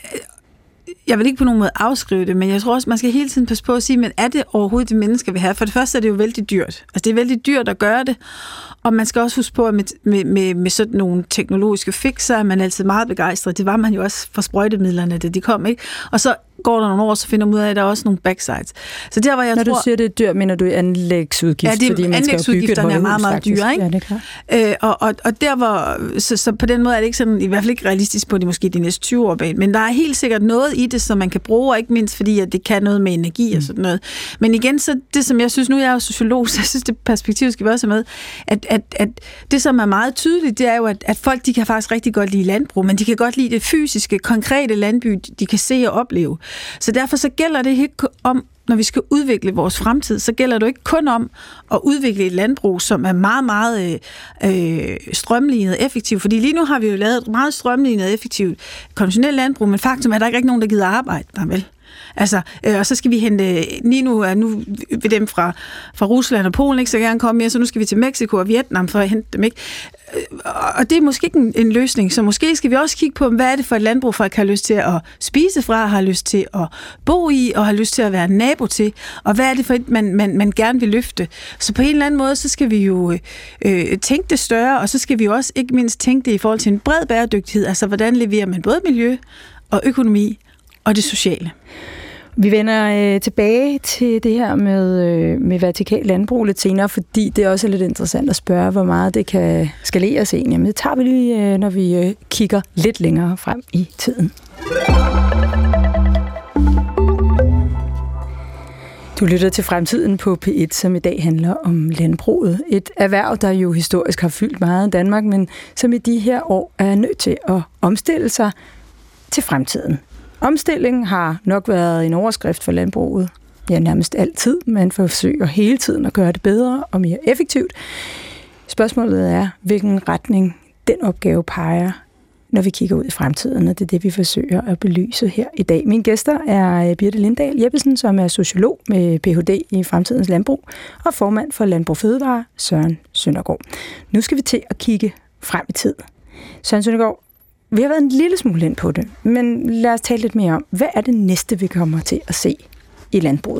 jeg vil ikke på nogen måde afskrive det, men jeg tror også, man skal hele tiden passe på at sige, men er det overhovedet det mennesker, vi har? For det første er det jo vældig dyrt. Altså det er vældig dyrt at gøre det, og man skal også huske på, at med, med, med, med sådan nogle teknologiske fixer er man altid meget begejstret. Det var man jo også for sprøjtemidlerne, da de kom, ikke? Og så går der nogle år, så finder man ud af, at der er også nogle backsides. Så der, hvor jeg Når tror, du siger, det er dyrt, mener du anlægsudgift? Ja, det, fordi man anlægsudgifterne er meget, meget dyre, ikke? Ja, det er øh, og, og, og der hvor, så, så på den måde er det ikke sådan, i hvert fald ikke realistisk på det måske de næste tyve år bag, men der er helt sikkert noget i det, som man kan bruge, og ikke mindst fordi, at det kan noget med energi og sådan noget. Men igen, så det som jeg synes, nu er jeg jo sociolog, så jeg synes, det perspektiv skal vi også have med, at, at, at det som er meget tydeligt, det er jo, at, at folk, de kan faktisk rigtig godt lide landbrug, men de kan godt lide det fysiske, konkrete landby, de kan se og opleve. Så derfor så gælder det ikke om, når vi skal udvikle vores fremtid, så gælder det ikke kun om at udvikle et landbrug, som er meget, meget øh, strømlignet effektivt. Fordi lige nu har vi jo lavet et meget strømlignet effektivt konventionelt landbrug, men faktum er, at der ikke er nogen, der gider arbejde der, vel? Altså, øh, og så skal vi hente, lige nu er nu ved dem fra, fra Rusland og Polen ikke så gerne komme mere, så nu skal vi til Mexico og Vietnam for at hente dem, ikke? Og det er måske ikke en, en løsning, så måske skal vi også kigge på, hvad er det for et landbrug, folk har lyst til at spise fra, har lyst til at bo i, og har lyst til at være nabo til, og hvad er det for et, man, man, man gerne vil løfte. Så på en eller anden måde, så skal vi jo øh, tænke det større, og så skal vi jo også ikke mindst tænke det i forhold til en bred bæredygtighed, altså hvordan leverer man både miljø og økonomi og det sociale. Vi vender øh, tilbage til det her med, øh, med vertikal landbrug lidt senere, fordi det er også lidt interessant at spørge, hvor meget det kan skaleres egentlig. Men det tager vi lige, øh, når vi øh, kigger lidt længere frem i tiden. Du lytter til Fremtiden på P et, som i dag handler om landbruget. Et erhverv, der jo historisk har fyldt meget i Danmark, men som i de her år er nødt til at omstille sig til fremtiden. Omstilling har nok været en overskrift for landbruget. Ja, nærmest altid. Man forsøger hele tiden at gøre det bedre og mere effektivt. Spørgsmålet er, hvilken retning den opgave peger, når vi kigger ud i fremtiden, og det er det, vi forsøger at belyse her i dag. Mine gæster er Birthe Lindahl Jeppesen, som er sociolog med P H D i fremtidens landbrug, og formand for Landbrug Fødevare, Søren Søndergaard. Nu skal vi til at kigge frem i tid. Søren Søndergaard, vi har været en lille smule ind på det, men lad os tale lidt mere om, hvad er det næste, vi kommer til at se i landbruget?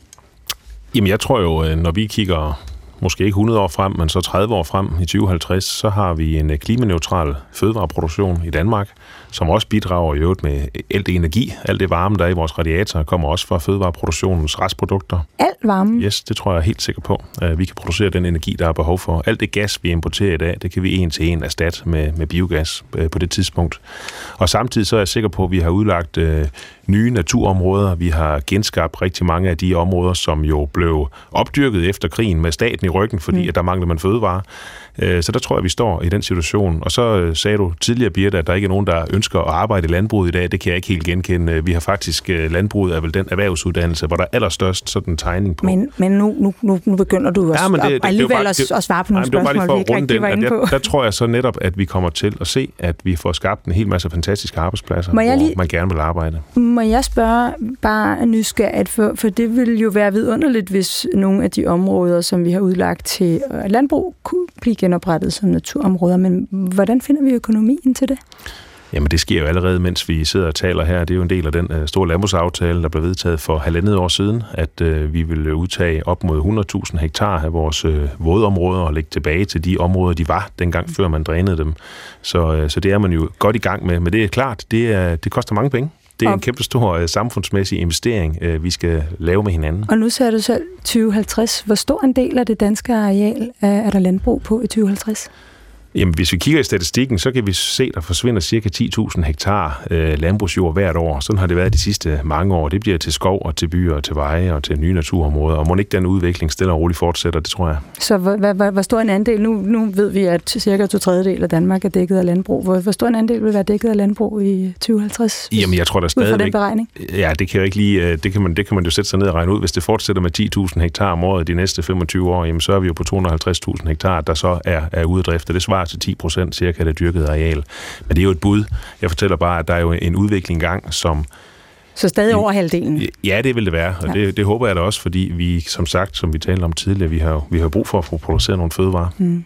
Jamen, jeg tror jo, når vi kigger måske ikke hundrede år frem, men så tredive år frem i tyve halvtreds, så har vi en klimaneutral fødevareproduktion i Danmark, som også bidrager i øvrigt med alt det energi. Alt det varme, der er i vores radiatorer, kommer også fra fødevareproduktionens restprodukter. Alt varme? Yes, det tror jeg helt sikker på. Vi kan producere den energi, der er behov for. Alt det gas, vi importerer i dag, det kan vi en til en erstatte med, med biogas på det tidspunkt. Og samtidig så er jeg sikker på, at vi har udlagt øh, nye naturområder. Vi har genskabt rigtig mange af de områder, som jo blev opdyrket efter krigen med staten i ryggen, fordi mm. at der manglede man fødevarer. Så der tror jeg, vi står i den situation. Og så sagde du tidligere, Birthe, at der ikke er nogen, der ønsker at arbejde i landbruget i dag. Det kan jeg ikke helt genkende. Vi har faktisk, landbruget er vel den erhvervsuddannelse, hvor der er allerstørst sådan en tegning på. Men, men nu, nu, nu, nu begynder du også ja, det, det, alligevel det bare, at svare på nogle nej, spørgsmål, vi ikke rigtig var inde på. Der, der tror jeg så netop, at vi kommer til at se, at vi får skabt en hel masse fantastiske arbejdspladser, hvor lige, man gerne vil arbejde. Må jeg spørge bare nysgerrigt, for, for det vil jo være vidunderligt, hvis nogle af de områder, som vi har udlagt til landbrug, kunne blive genoprettet som naturområder, men hvordan finder vi økonomien til det? Jamen det sker jo allerede, mens vi sidder og taler her. Det er jo en del af den uh, store landbrugsaftale, der blev vedtaget for halvandet år siden, at uh, vi vil udtage op mod hundrede tusind hektar af vores uh, vådområder og lægge tilbage til de områder, de var dengang, før man drænede dem. Så, uh, så det er man jo godt i gang med. Men det er klart, det, er, det koster mange penge. Det er en kæmpe stor uh, samfundsmæssig investering, uh, vi skal lave med hinanden. Og nu ser du selv tyve halvtreds. Hvor stor en del af det danske areal er der landbrug på i tyve halvtreds? Jamen, hvis vi kigger i statistikken, så kan vi se, at der forsvinder cirka ti tusind hektar øh, landbrugsjord hvert år. Sådan har det været de sidste mange år. Det bliver til skov og til byer og til veje og til nye naturområder. Og må ikke den udvikling stille og roligt fortsætter, det tror jeg. Så hvor, hvor, hvor stor en andel? Nu, nu ved vi, at cirka to tredjedel af Danmark er dækket af landbrug. Hvor, hvor stor en andel vil være dækket af landbrug i tyve halvtreds? Jamen, jeg tror der stadigvæk... Ud fra den beregning? Ja, det kan jo ikke lige... Det kan man, det kan man jo sætte sig ned og regne ud. Hvis det fortsætter med ti tusind hektar om året de næste femogtyve år, jamen så er vi jo på to hundrede og halvtreds tusind hektar, der så er, er ude af drift. Det svarer til ti procent cirka det dyrkede areal. Men det er jo et bud. Jeg fortæller bare, at der er jo en udvikling i gang, som... Så stadig over halvdelen? Ja, det vil det være, og ja. det, det håber jeg da også, fordi vi, som sagt, som vi talte om tidligere, vi har, vi har brug for at få produceret nogle fødevarer. Mm.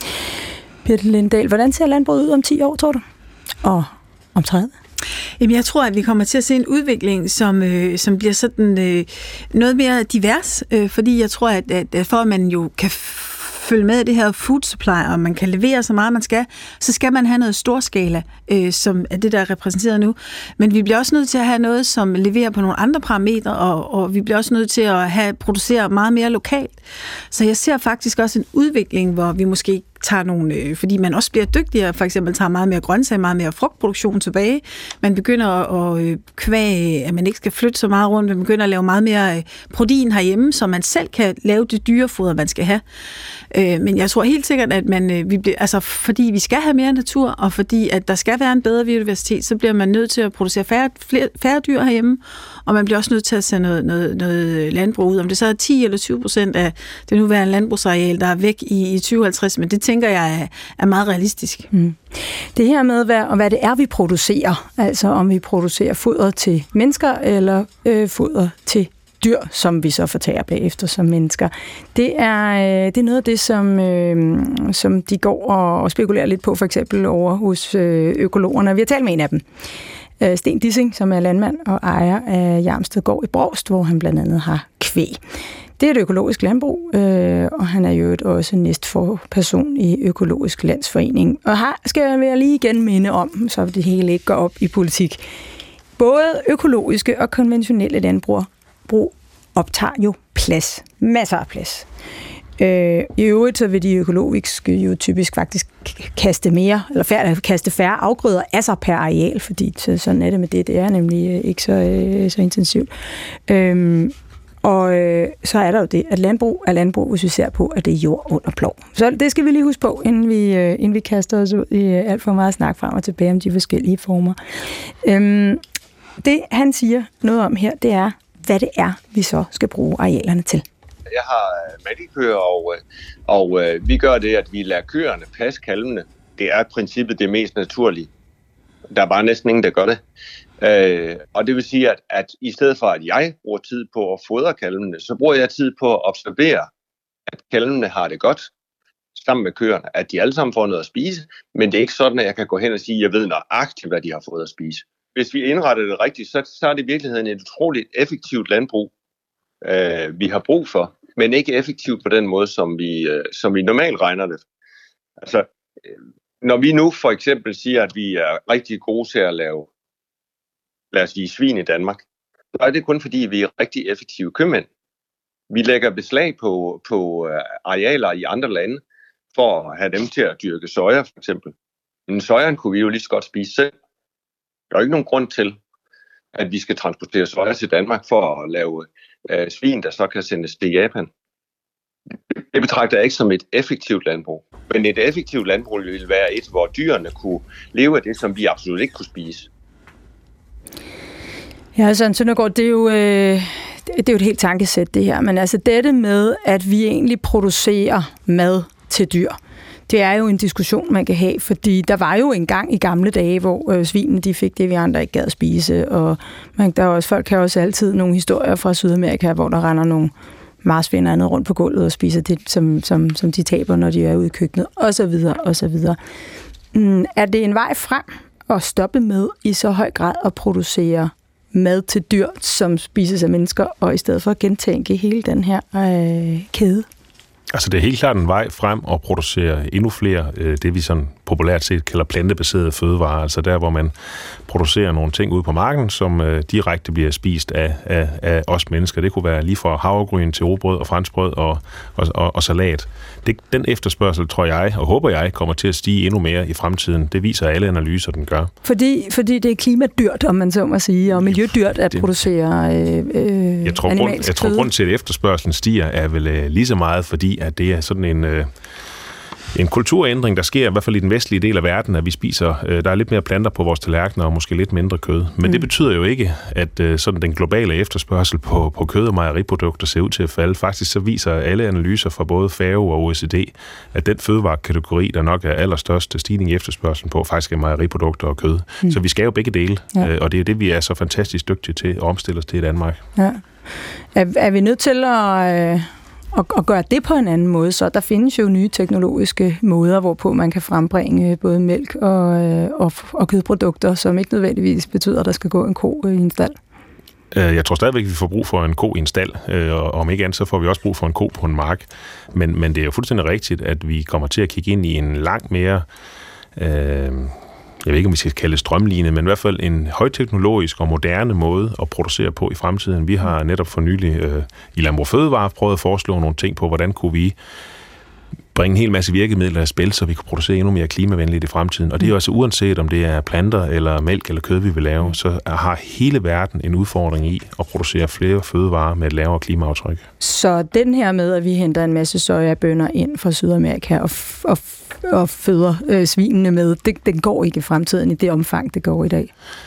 Birthe Lindahl, hvordan ser landbruget ud om ti år, tror du? Og om tredive? Jamen, jeg tror, at vi kommer til at se en udvikling, som, øh, som bliver sådan øh, noget mere divers, øh, fordi jeg tror, at, at, at for at man jo kan følge med i det her food supply, og man kan levere så meget, man skal, så skal man have noget storskala, øh, som er det, der er repræsenteret nu. Men vi bliver også nødt til at have noget, som leverer på nogle andre parametre, og, og vi bliver også nødt til at have producere meget mere lokalt. Så jeg ser faktisk også en udvikling, hvor vi måske tager nogle, øh, fordi man også bliver dygtigere, for eksempel tager meget mere grøntsager, meget mere frugtproduktion tilbage. Man begynder at øh, kvæge, at man ikke skal flytte så meget rundt, man begynder at lave meget mere øh, protein herhjemme, så man selv kan lave det dyrefoder, man skal have. Øh, men jeg tror helt sikkert, at man, øh, vi bliver, altså, fordi vi skal have mere natur, og fordi at der skal være en bedre biodiversitet, så bliver man nødt til at producere færre, flere, færre dyr herhjemme, og man bliver også nødt til at sende noget, noget, noget landbrug ud. Om det så er ti eller tyve procent af det nuværende landbrugsareal, der er væk i, i tyve halvtreds, men det tænker jeg er, er meget realistisk. Mm. Det her med, hvad, og hvad det er, vi producerer, altså om vi producerer foder til mennesker eller øh, foder til dyr, som vi så fortærer bagefter som mennesker. Det er, øh, det er noget af det, som, øh, som de går og, og spekulerer lidt på, for eksempel over hos øh, økologerne. Vi har talt med en af dem. Sten Dissing, som er landmand og ejer af Hjermsted Gård i Brovst, hvor han blandt andet har kvæg. Det er et økologisk landbrug, øh, og han er jo også næstforperson i Økologisk Landsforening. Og her skal jeg lige igen minde om, så det hele ikke går op i politik. Både økologiske og konventionelle landbrug brug optager jo plads. Masser af plads. Øh, I øvrigt så vil de økologiske jo typisk faktisk kaste mere, eller færre, kaste færre afgrøder af sig per areal, fordi sådan er det med det. Det er nemlig ikke så, øh, så intensivt. Øh, Og øh, så er der jo det, at landbrug er landbrug, hvis vi ser på, at det er jord under plov. Så det skal vi lige huske på, inden vi, øh, inden vi kaster os ud i øh, alt for meget snak frem og tilbage om de forskellige former. Øhm, det, han siger noget om her, det er, hvad det er, vi så skal bruge arealerne til. Jeg har malkekøer, og, og øh, vi gør det, at vi lader køerne passe kalvene. Det er i princippet det mest naturlige. Der er bare næsten ingen, der gør det. Øh, og det vil sige, at, at i stedet for, at jeg bruger tid på at fodre kalvene, så bruger jeg tid på at observere, at kalvene har det godt sammen med køerne, at de alle sammen får noget at spise, men det er ikke sådan, at jeg kan gå hen og sige, at jeg ved nøjagtigt, hvad de har fået at spise. Hvis vi indretter det rigtigt, så, så er det i virkeligheden et utroligt effektivt landbrug, øh, vi har brug for, men ikke effektivt på den måde, som vi, øh, som vi normalt regner det. Altså, øh, når vi nu for eksempel siger, at vi er rigtig gode til at lave, lad os sige, svin i Danmark, så er det kun fordi, vi er rigtig effektive købmænd. Vi lægger beslag på, på arealer i andre lande, for at have dem til at dyrke soja, for eksempel. Men sojaen kunne vi jo lige så godt spise selv. Der er jo ikke nogen grund til, at vi skal transportere soja til Danmark for at lave øh, svin, der så kan sendes til Japan. Det betragter jeg ikke som et effektivt landbrug. Men et effektivt landbrug ville være et, hvor dyrene kunne leve af det, som vi absolut ikke kunne spise. Ja, Søren Søndergaard, det er jo, øh, det er jo et helt tankesæt, det her. Men altså dette med, at vi egentlig producerer mad til dyr, det er jo en diskussion, man kan have, fordi der var jo en gang i gamle dage, hvor øh, svinene de fik det, vi andre ikke gad at spise, og man, der er også, folk har også altid nogle historier fra Sydamerika, hvor der render nogle marsvin og andet rundt på gulvet og spiser det, som, som, som de taber, når de er ude i køkkenet, og så videre, og så videre. Mm, er det en vej frem at stoppe med i så høj grad at producere mad til dyr, som spises af mennesker, og i stedet for at gentænke hele den her øh, kæde? Altså det er helt klart en vej frem at producere endnu flere, øh, det vi sådan populært set kalder plantebaserede fødevarer, altså der, hvor man producerer nogle ting ude på marken, som øh, direkte bliver spist af, af, af os mennesker. Det kunne være lige fra havregryn til rugbrød og franskbrød og, og, og, og salat. Det, den efterspørgsel, tror jeg, og håber jeg, kommer til at stige endnu mere i fremtiden. Det viser alle analyser, den gør. Fordi, fordi det er klimadyrt, om man så må sige, og miljødyrt at det, producere øh, øh, jeg tror, grund, jeg tror, grund til, at efterspørgselen stiger, er vel øh, lige så meget, fordi at det er sådan en... Øh, En kulturændring, der sker i hvert fald i den vestlige del af verden, at vi spiser, øh, der er lidt mere planter på vores tallerkener og måske lidt mindre kød. Men mm. det betyder jo ikke, at øh, sådan den globale efterspørgsel på, på kød og mejeriprodukter ser ud til at falde. Faktisk så viser alle analyser fra både F A O og O E C D, at den fødevarekategori, der nok er allerstørste stigning i efterspørgselen på, faktisk er mejeriprodukter og kød. Mm. Så vi skal jo begge dele, ja. øh, og det er det, vi er så fantastisk dygtige til at omstille os til i Danmark. Ja. Er, er vi nødt til at... Øh Og, og gøre det på en anden måde, så der findes jo nye teknologiske måder, hvorpå man kan frembringe både mælk og, og, og kødprodukter, som ikke nødvendigvis betyder, at der skal gå en ko i en stald. Jeg tror stadigvæk, vi får brug for en ko i en stald, og om ikke andet, så får vi også brug for en ko på en mark. Men, men det er jo fuldstændig rigtigt, at vi kommer til at kigge ind i en langt mere... Øh, jeg ved ikke, om vi skal kalde det strømlinet, men i hvert fald en højteknologisk og moderne måde at producere på i fremtiden. Vi har netop for nylig øh, i Landbrug Fødevare prøvet at foreslå nogle ting på, hvordan kunne vi bringe en hel masse virkemidler i spil, så vi kunne producere endnu mere klimavenligt i fremtiden. Og det er jo altså uanset, om det er planter eller mælk eller kød, vi vil lave, så har hele verden en udfordring i at producere flere fødevarer med et lavere klimaaftryk. Så den her med, at vi henter en masse sojabønner ind fra Sydamerika og, f- og, f- og føder øh, svinene med, det, den går ikke i fremtiden i det omfang, det går i dag?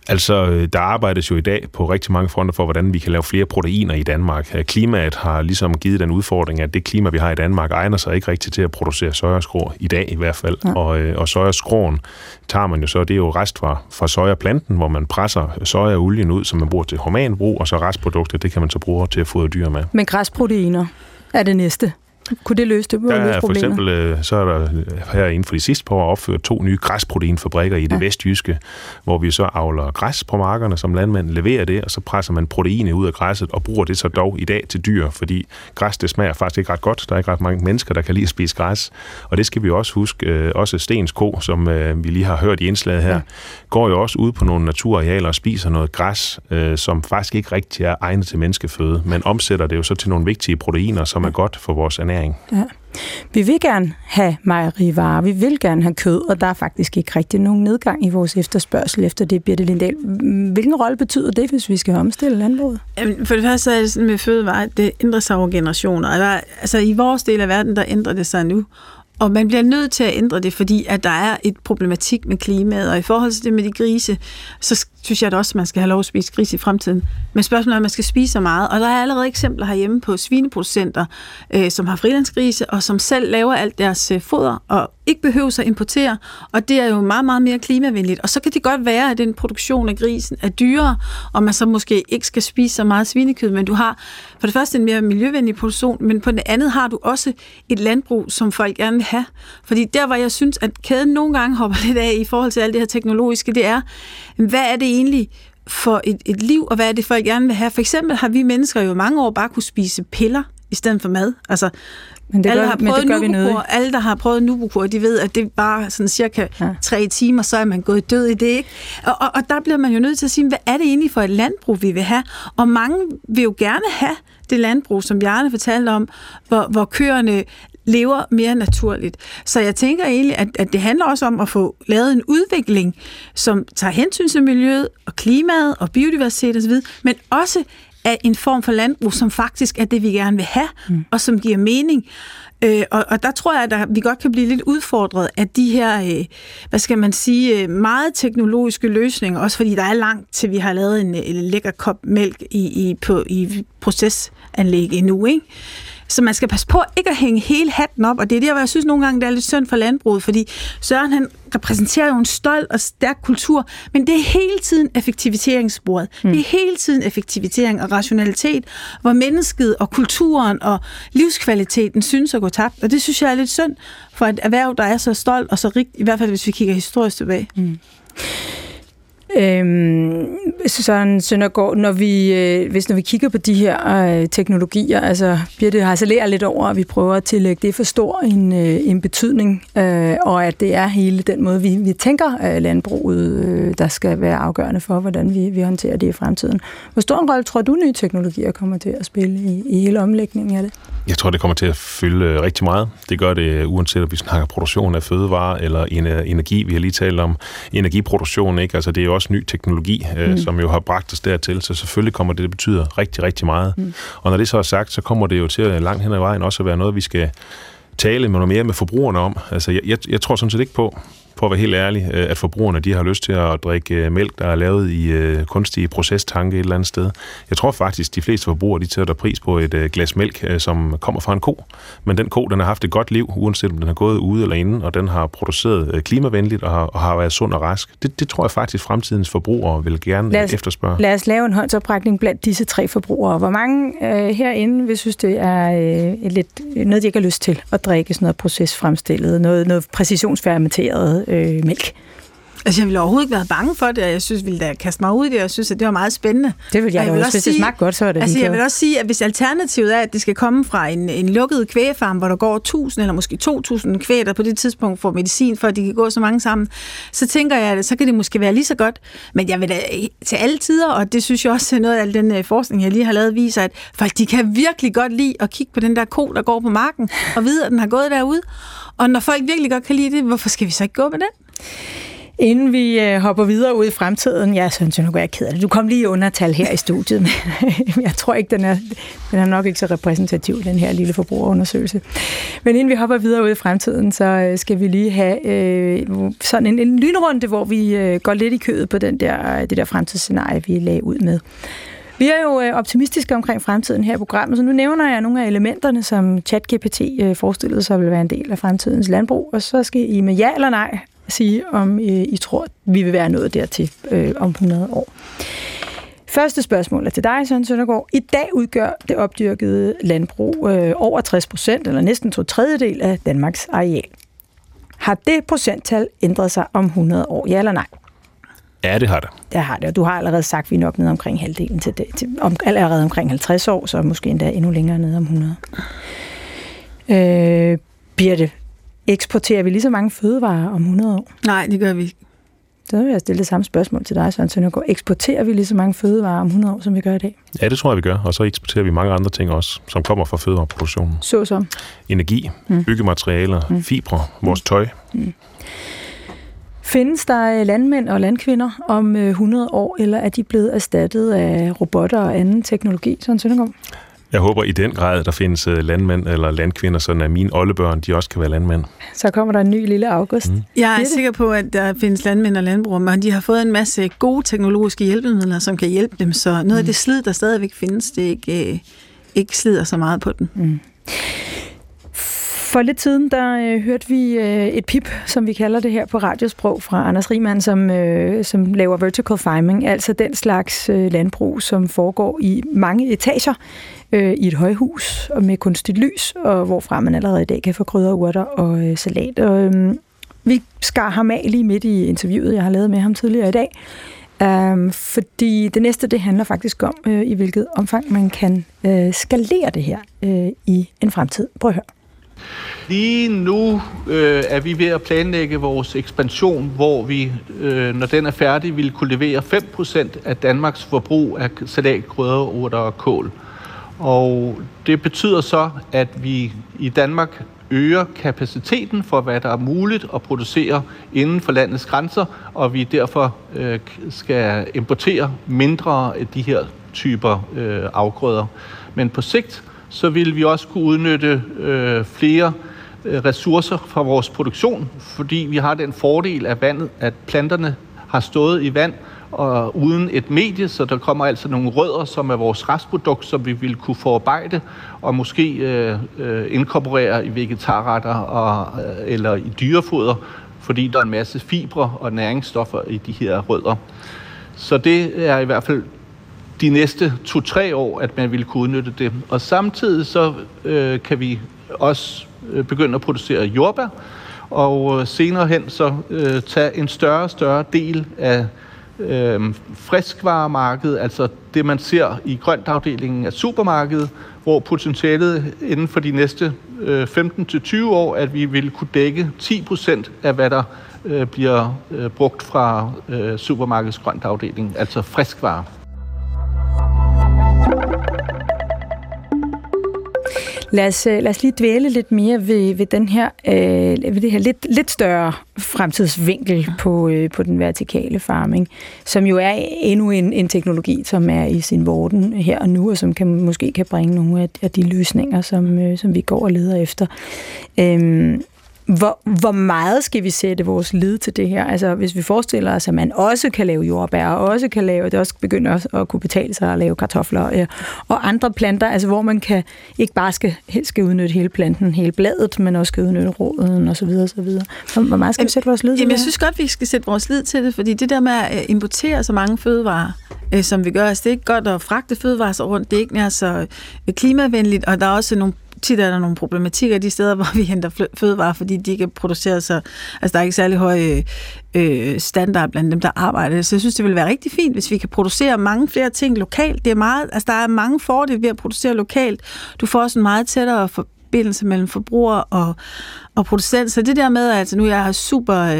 Altså, der arbejdes jo i dag på rigtig mange fronter for, hvordan vi kan lave flere proteiner i Danmark. Klimaet har ligesom givet den udfordring, at det klima, vi har i Danmark, egner sig ikke rigtig til at producere sojaskrål, i dag i hvert fald. Ja. Og, og sojaskråen tager man jo så, det er jo rest fra, fra sojaplanten, hvor man presser sojaolien ud, som man bruger til humanbrug, og så restprodukter, det kan man så bruge til at fodre dyr med. Men græsproteiner er det næste. Kunne det løse det? Der er for eksempel, så er der her inden for de sidste par år opført to nye græsproteinfabrikker i det ja. vestjyske, hvor vi så avler græs på markerne, som landmanden leverer det, og så presser man proteinet ud af græsset, og bruger det så dog i dag til dyr, fordi græs, det smager faktisk ikke ret godt. Der er ikke ret mange mennesker, der kan lide at spise græs. Og det skal vi også huske. Også Stens ko, som vi lige har hørt i indslaget her, ja. går jo også ud på nogle naturarealer og spiser noget græs, som faktisk ikke rigtig er egnet til menneskeføde, men omsætter det jo så til nogle vigtige proteiner, som er godt for vores ernæring. Ja. Vi vil gerne have mejerivarer, vi vil gerne have kød, og der er faktisk ikke rigtig nogen nedgang i vores efterspørgsel efter det, Birthe Lindahl. Hvilken rolle betyder det, hvis vi skal omstille landbruget? For det første er det sådan med fødevarer, det ændrer sig over generationer. Altså i vores del af verden, der ændrer det sig nu. Og man bliver nødt til at ændre det, fordi at der er et problematik med klimaet, og i forhold til det med de grise, så synes jeg da også, at man skal have lov at spise gris i fremtiden. Men spørgsmålet er, at man skal spise så meget, og der er allerede eksempler herhjemme på svineproducenter, øh, som har frilandsgrise, og som selv laver alt deres øh, foder, og ikke behøver at importere, og det er jo meget, meget mere klimavenligt. Og så kan det godt være, at den produktion af grisen er dyrere, og man så måske ikke skal spise så meget svinekød, men du har for det første en mere miljøvenlig produktion, men på det andet har du også et landbrug, som folk gerne vil have. Fordi der, hvor jeg synes, at kæden nogle gange hopper lidt af i forhold til alt det her teknologiske, det er, hvad er det egentlig for et, et liv, og hvad er det, folk gerne vil have? For eksempel har vi mennesker jo mange år bare kunne spise piller i stedet for mad. Altså, men det alle, gør, har men det gør vi nubukur, alle, der har prøvet nubukur, de ved, at det er bare sådan cirka ja. tre timer, så er man gået død i det, ikke? Og, og, og der bliver man jo nødt til at sige, hvad er det egentlig for et landbrug, vi vil have? Og mange vil jo gerne have det landbrug, som Bjarne fortalte om, hvor, hvor køerne lever mere naturligt. Så jeg tænker egentlig, at, at det handler også om at få lavet en udvikling, som tager hensyn til miljøet og klimaet og biodiversitet osv., men også af en form for landbrug, som faktisk er det, vi gerne vil have, mm. og som giver mening. Øh, og, og der tror jeg, at vi godt kan blive lidt udfordret af de her, øh, hvad skal man sige, meget teknologiske løsninger, også fordi der er langt til, vi har lavet en, en lækker kop mælk i, i, på, i procesanlæg endnu, ikke? Så man skal passe på ikke at hænge hele hatten op, og det er der, hvor jeg synes nogle gange, det er lidt synd for landbruget, fordi Søren, han repræsenterer jo en stolt og stærk kultur, men det er hele tiden effektiviseringssporet. Mm. Det er hele tiden effektivisering og rationalitet, hvor mennesket og kulturen og livskvaliteten synes at gå tabt, og det synes jeg er lidt synd for et erhverv, der er så stolt og så rigt, i hvert fald hvis vi kigger historisk tilbage. Mm. Øhm, Søren Søndergaard, når vi, øh, hvis når vi kigger på de her øh, teknologier, altså Birthe harcelerer lidt over, at vi prøver at tillægge det for stor en, øh, en betydning, øh, og at det er hele den måde, vi, vi tænker øh, landbruget, øh, der skal være afgørende for, hvordan vi, vi håndterer det i fremtiden. Hvor stor en rolle tror du, nye teknologier kommer til at spille i, i hele omlægningen af det? Jeg tror, det kommer til at fylde rigtig meget. Det gør det, uanset om vi snakker produktion af fødevarer eller energi. Vi har lige talt om energiproduktion, ikke? Altså, det er jo også ny teknologi, mm. øh, som jo har bragt os dertil, så selvfølgelig kommer det, det betyder rigtig, rigtig meget. Mm. Og når det så er sagt, så kommer det jo til langt hen ad vejen også at være noget, vi skal tale med noget mere med forbrugerne om. Altså, jeg, jeg, jeg tror sådan set ikke på, på at være helt ærlig, at forbrugerne de har lyst til at drikke mælk, der er lavet i uh, kunstige procestanke et eller andet sted. Jeg tror faktisk, de fleste forbrugere de sætter pris på et uh, glas mælk, uh, som kommer fra en ko. Men den ko, den har haft et godt liv, uanset om den har gået ude eller inde, og den har produceret uh, klimavenligt og har, og har været sund og rask. Det, det tror jeg faktisk, fremtidens forbrugere vil gerne lad os, efterspørge. Lad os lave en håndsoprækning blandt disse tre forbrugere. Hvor mange uh, herinde vil synes, det er uh, lidt, noget, de ikke har lyst til at drikke, sådan noget procesfremstillet, noget, noget præcisionsfermenteret øh, mælk? Altså, jeg ville overhovedet ikke være bange for det, og jeg synes, ville da kaste mig ud i det, og jeg synes, at det var meget spændende. Det vil jeg, jeg vil også, hvis det smagte godt, så er det altså, jeg vil også sige, at hvis alternativet er, at det skal komme fra en, en lukket kvægefarm, hvor der går tusind eller måske to tusind kvæg, der på det tidspunkt får medicin, for at de kan gå så mange sammen, så tænker jeg, at så kan det måske være lige så godt. Men jeg vil da til alle tider, og det synes jeg også, noget af den forskning, jeg lige har lavet, viser, at folk de kan virkelig godt lide at kigge på den der ko, der går på marken, og vide, at den har gået derude. Og når folk virkelig godt kan lide det, hvorfor skal vi så ikke gå med den? Inden vi øh, hopper videre ud i fremtiden, jeg synes jo nok, jeg er ked af det. Du kom lige under tal her i studiet, men jeg tror ikke, den er, den er nok ikke så repræsentativ, den her lille forbrugerundersøgelse. Men inden vi hopper videre ud i fremtiden, så øh, skal vi lige have øh, sådan en, en lynrunde, hvor vi øh, går lidt i kødet på den der, det der fremtidsscenarie, vi lagde ud med. Vi er jo øh, optimistiske omkring fremtiden her i programmet, så nu nævner jeg nogle af elementerne, som ChatGPT øh, forestillede sig vil være en del af fremtidens landbrug, og så skal I med ja eller nej sige, om I, I tror, vi vil være nået dertil øh, om hundrede år. Første spørgsmål er til dig, Søren Søndergaard. I dag udgør det opdyrkede landbrug øh, over tres procent, eller næsten to tredjedel af Danmarks areal. Har det procenttal ændret sig om hundrede år? Ja eller nej? Ja, det har det. Det har det, og du har allerede sagt, at vi er nok nede omkring halvdelen til det. Til, om, allerede omkring halvtreds år, så måske endda endnu længere nede om hundrede. Øh, Birte, eksporterer vi lige så mange fødevarer om hundrede år? Nej, det gør vi ikke. Så vil jeg stille det samme spørgsmål til dig, Søren Søndergaard. Eksporterer vi lige så mange fødevarer om hundrede år, som vi gør i dag? Ja, det tror jeg, vi gør. Og så eksporterer vi mange andre ting også, som kommer fra fødevareproduktionen. Så som? Energi, mm. byggematerialer, mm. fibre, vores tøj. Mm. Findes der landmænd og landkvinder om hundrede år, eller er de blevet erstattet af robotter og anden teknologi, Søren Søndergaard? Jeg håber i den grad, der findes landmænd eller landkvinder, sådan at mine oldebørn, de også kan være landmænd. Så kommer der en ny lille August. Mm. Jeg er sikker på, at der findes landmænd og landbrugere, men de har fået en masse gode teknologiske hjælpemidler, som kan hjælpe dem, så noget mm. af det slid, der stadigvæk findes, det ikke, øh, ikke slider så meget på den. Mm. For lidt siden, der øh, hørte vi øh, et pip, som vi kalder det her på radiosprog, fra Anders Riemann, som, øh, som laver vertical farming, altså den slags øh, landbrug, som foregår i mange etager øh, i et højhus og med kunstigt lys, og hvorfra man allerede i dag kan få krydder, urter og øh, salat. Og, øh, vi skar ham af lige midt i interviewet, jeg har lavet med ham tidligere i dag, øh, fordi det næste, det handler faktisk om, øh, i hvilket omfang man kan øh, skalere det her øh, i en fremtid. Prøv at høre. Lige nu øh, er vi ved at planlægge vores ekspansion, hvor vi, øh, når den er færdig, vil kunne levere fem procent af Danmarks forbrug af salat, krydder, urter og kål. Og det betyder så, at vi i Danmark øger kapaciteten for, hvad der er muligt at producere inden for landets grænser, og vi derfor øh, skal importere mindre af de her typer øh, afgrøder. Men på sigt så vil vi også kunne udnytte øh, flere øh, ressourcer fra vores produktion, fordi vi har den fordel af vandet, at planterne har stået i vand og uden et medie, så der kommer altså nogle rødder, som er vores restprodukt, som vi vil kunne forarbejde og måske øh, øh, inkorporere i vegetarretter og, øh, eller i dyrefoder, fordi der er en masse fibre og næringsstoffer i de her rødder. Så det er i hvert fald de næste to-tre år, at man vil kunne udnytte det. Og samtidig så øh, kan vi også øh, begynde at producere jordbær, og senere hen så øh, tage en større og større del af øh, friskvaremarkedet, altså det man ser i grøntafdelingen af supermarkedet, hvor potentialet inden for de næste øh, femten til tyve år, at vi vil kunne dække ti procent af hvad der øh, bliver øh, brugt fra øh, supermarkedets grøntafdeling, altså friskvarer. Lad os, lad os lige dvæle lidt mere ved, ved, den her, øh, ved det her lidt, lidt større fremtidsvinkel på, øh, på den vertikale farming, som jo er endnu en, en teknologi, som er i sin vorden her og nu, og som kan, måske kan bringe nogle af, af de løsninger, som, øh, som vi går og leder efter. Øhm, Hvor, hvor meget skal vi sætte vores lid til det her? Altså, hvis vi forestiller os, at man også kan lave jordbær, og også kan lave, det også begynder at, at kunne betale sig at lave kartofler øh, og andre planter, altså hvor man kan ikke bare skal, skal udnytte hele planten, hele bladet, men også skal udnytte roden og så videre, og så videre. Hvor, hvor meget skal vi sætte vores lid til? Jamen, jeg synes godt, vi skal sætte vores lid til det, fordi det der med at importere så mange fødevarer, øh, som vi gør, altså det er ikke godt at fragte fødevarer så rundt, det er ikke nær så klimavenligt, og der er også nogle tit er der nogle problematikker de steder, hvor vi henter fødevarer, fordi de ikke er produceret så... Altså, der er ikke særlig høj øh, standard blandt dem, der arbejder. Så jeg synes, det vil være rigtig fint, hvis vi kan producere mange flere ting lokalt. Det er meget... Altså, der er mange fordele ved at producere lokalt. Du får også en meget tættere forbindelse mellem forbruger og, og producent. Så det der med, at altså, nu er jeg super øh,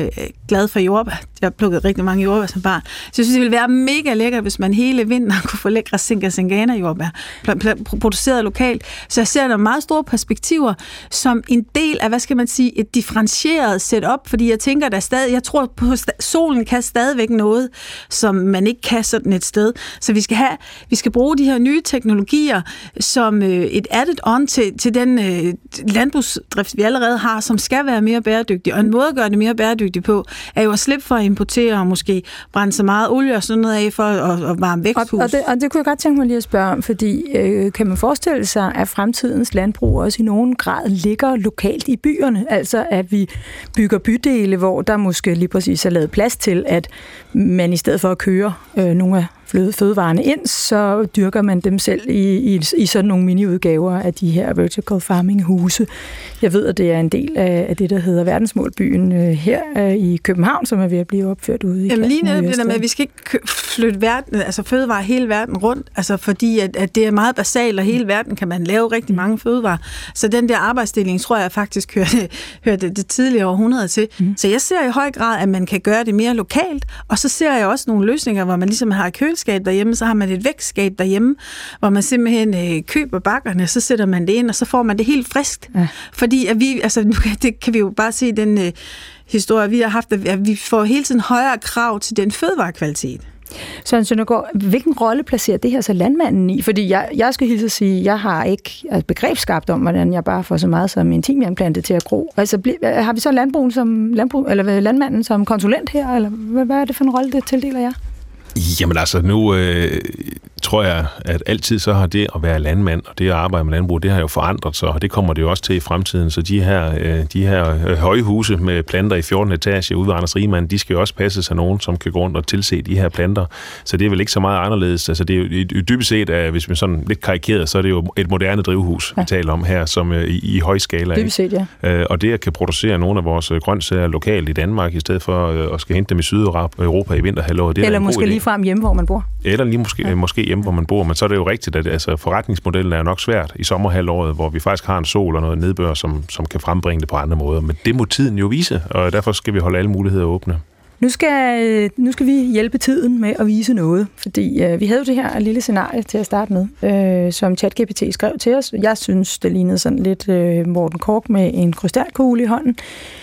glad for jordbær. Jeg har plukket rigtig mange jordbær som barn. Så jeg synes, det ville være mega lækkert, hvis man hele vinteren kunne få lækre Zinca Zingana jordbær produceret lokalt. Så jeg ser der meget store perspektiver som en del af, hvad skal man sige, et differentieret setup, fordi jeg tænker, der stadig, jeg tror på, solen kan stadigvæk noget, som man ikke kan sådan et sted. Så vi skal have, vi skal bruge de her nye teknologier som øh, et added on til, til den øh, landbrugsdrift, vi allerede har, som skal være mere bæredygtig. Og en måde at gøre det mere bæredygtigt på, er jo at slippe for at importere og måske brænde så meget olie og sådan noget af for at, at varme væksthus. Og, og, det, og det kunne jeg godt tænke mig lige at spørge om, fordi øh, kan man forestille sig, at fremtidens landbrug også i nogen grad ligger lokalt i byerne? Altså at vi bygger bydele, hvor der måske lige præcis er lavet plads til, at man i stedet for at køre øh, nogle af fødevarene ind, så dyrker man dem selv i, i, i sådan nogle mini-udgaver af de her vertical farming-huse. Jeg ved, at det er en del af, af det, der hedder Verdensmålbyen øh, her øh, i København, som er ved at blive opført ude i Jamen lige netop det der med, at vi skal ikke flytte verden, altså fødevarer hele verden rundt, altså fordi at, at det er meget basalt, og hele verden kan man lave rigtig mange fødevarer. Så den der arbejdsdeling, tror jeg faktisk hørte, hørte det tidligere århundrede til. Mm. Så jeg ser i høj grad, at man kan gøre det mere lokalt, og så ser jeg også nogle løsninger, hvor man ligesom har køl derhjemme, så har man et vækstskab derhjemme, hvor man simpelthen øh, køber bakkerne, så sætter man det ind, og så får man det helt friskt. Ja. Fordi at vi, altså nu kan, det kan vi jo bare se i den øh, historie, vi har haft, at vi får hele tiden højere krav til den fødevarekvalitet. Søren Søndergaard, hvilken rolle placerer det her så landmanden i? Fordi jeg, jeg skal hilse at sige, jeg har ikke et begreb skabt om, hvordan jeg bare får så meget som en timianplante til at gro. Altså, har vi så landbrugen som, landbrug, eller landmanden som konsulent her, eller hvad, hvad er det for en rolle, det tildeler jer? Jamen altså, nu øh, tror jeg, at altid så har det at være landmand, og det at arbejde med landbrug, det har jo forandret sig, og det kommer det jo også til i fremtiden. Så de her, øh, de her øh, høje huse med planter i fjorten etage ude ved Anders Riemann, de skal jo også passes af nogen, som kan gå rundt og tilse de her planter. Så det er vel ikke så meget anderledes. Altså det er jo dybest set, at hvis man sådan lidt karikeret, så er det jo et moderne drivhus, ja. Vi taler om her, som øh, i, i høj skala. Dybest set, ja. Øh, og det at kan producere nogle af vores grøntsager lokalt i Danmark, i stedet for øh, at skal hente dem i Sydeuropa i vinterhalvåret, det er eller en god måske idé. Lige frem hjemme, hvor man bor. Eller lige måske, ja. måske hjemme, hvor man bor. Men så er det jo rigtigt, at altså, forretningsmodellen er jo nok svært i sommerhalvåret, hvor vi faktisk har en sol og noget nedbør, som, som kan frembringe det på andre måder. Men det må tiden jo vise, og derfor skal vi holde alle muligheder åbne. Nu skal, nu skal vi hjælpe tiden med at vise noget, fordi øh, vi havde jo det her lille scenarie til at starte med, øh, som ChatGPT skrev til os. Jeg synes, det lignede sådan lidt øh, Morten Korch med en krystalkugle i hånden.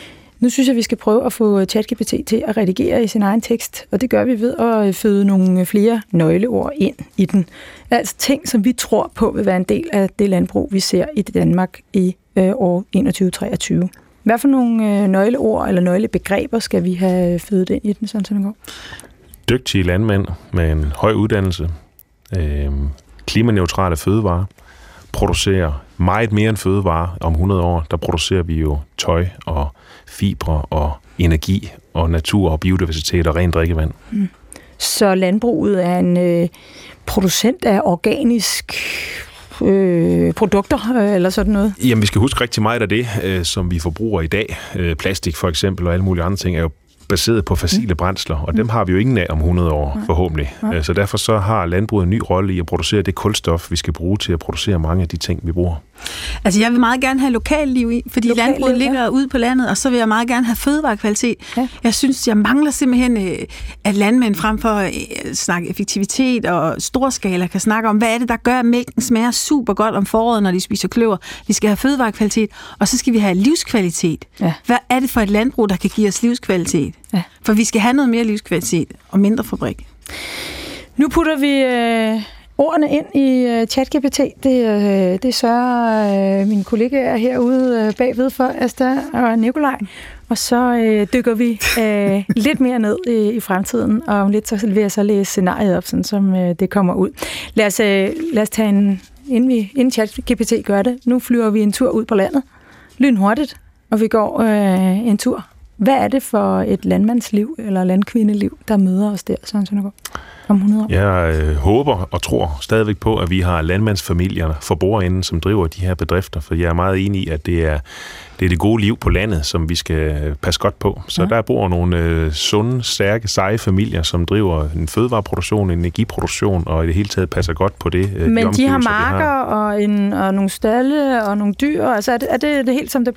Nu synes jeg, vi skal prøve at få ChatGPT til at redigere i sin egen tekst, og det gør vi ved at føde nogle flere nøgleord ind i den. Altså ting, som vi tror på vil være en del af det landbrug, vi ser i Danmark i øh, år enogtyve treogtyve. Hvad for nogle øh, nøgleord eller nøglebegreber skal vi have fødet ind i den, Søren Søndergaard? Dygtige landmænd med en høj uddannelse, øh, klimaneutrale fødevarer, producerer meget mere end fødevarer om hundrede år. Der producerer vi jo tøj og fibre og energi og natur og biodiversitet og rent drikkevand. Mm. Så landbruget er en øh, producent af organisk øh, produkter øh, eller sådan noget? Jamen, vi skal huske rigtig meget af det, øh, som vi forbruger i dag. Øh, plastik for eksempel og alle mulige andre ting er jo baseret på fossile brændsler, og dem har vi jo ingen af om hundrede år, forhåbentlig. Ja. Så derfor så har landbruget en ny rolle i at producere det kulstof, vi skal bruge til at producere mange af de ting, vi bruger. Altså, jeg vil meget gerne have lokalliv i, fordi lokal landbruget liv, ja. ligger ude på landet, og så vil jeg meget gerne have fødevarekvalitet. Ja. Jeg synes, jeg mangler simpelthen, at landmænd frem for at snakke effektivitet og storskala kan snakke om, hvad er det, der gør, at mælken smager super godt om foråret, når de spiser kløver. Vi skal have fødevarekvalitet, og så skal vi have livskvalitet. Ja. Hvad er det for et landbrug, der kan give os livskvalitet? Ja. For vi skal have noget mere livskvalitet og mindre fabrik. Nu putter vi øh, ordene ind i uh, ChatGPT. Det, øh, det sørger øh, mine kollegaer herude øh, bagved for, Asta og Nikolaj. Og så øh, dykker vi øh, lidt mere ned i, i fremtiden, og om lidt så vil jeg så læse scenariet op, sådan som øh, det kommer ud. Lad os, øh, lad os tage en, inden, vi, inden ChatGPT gør det, nu flyver vi en tur ud på landet, lynhurtigt, og vi går øh, en tur. Hvad er det for et landmandsliv eller landkvindeliv, der møder os der, Søren Søndergaard, om hundrede år? Jeg øh, håber og tror stadigvæk på, at vi har landmandsfamilier for bordenden, som driver de her bedrifter, for jeg er meget enig i, at det er det, er det gode liv på landet, som vi skal passe godt på. Så ja. Der bor nogle øh, sunde, stærke, seje familier, som driver en fødevareproduktion, en energiproduktion, og i det hele taget passer godt på det. Øh, Men de, de har marker har. Og, en, og nogle stalle og nogle dyr, altså er det, er det det helt som det plejer?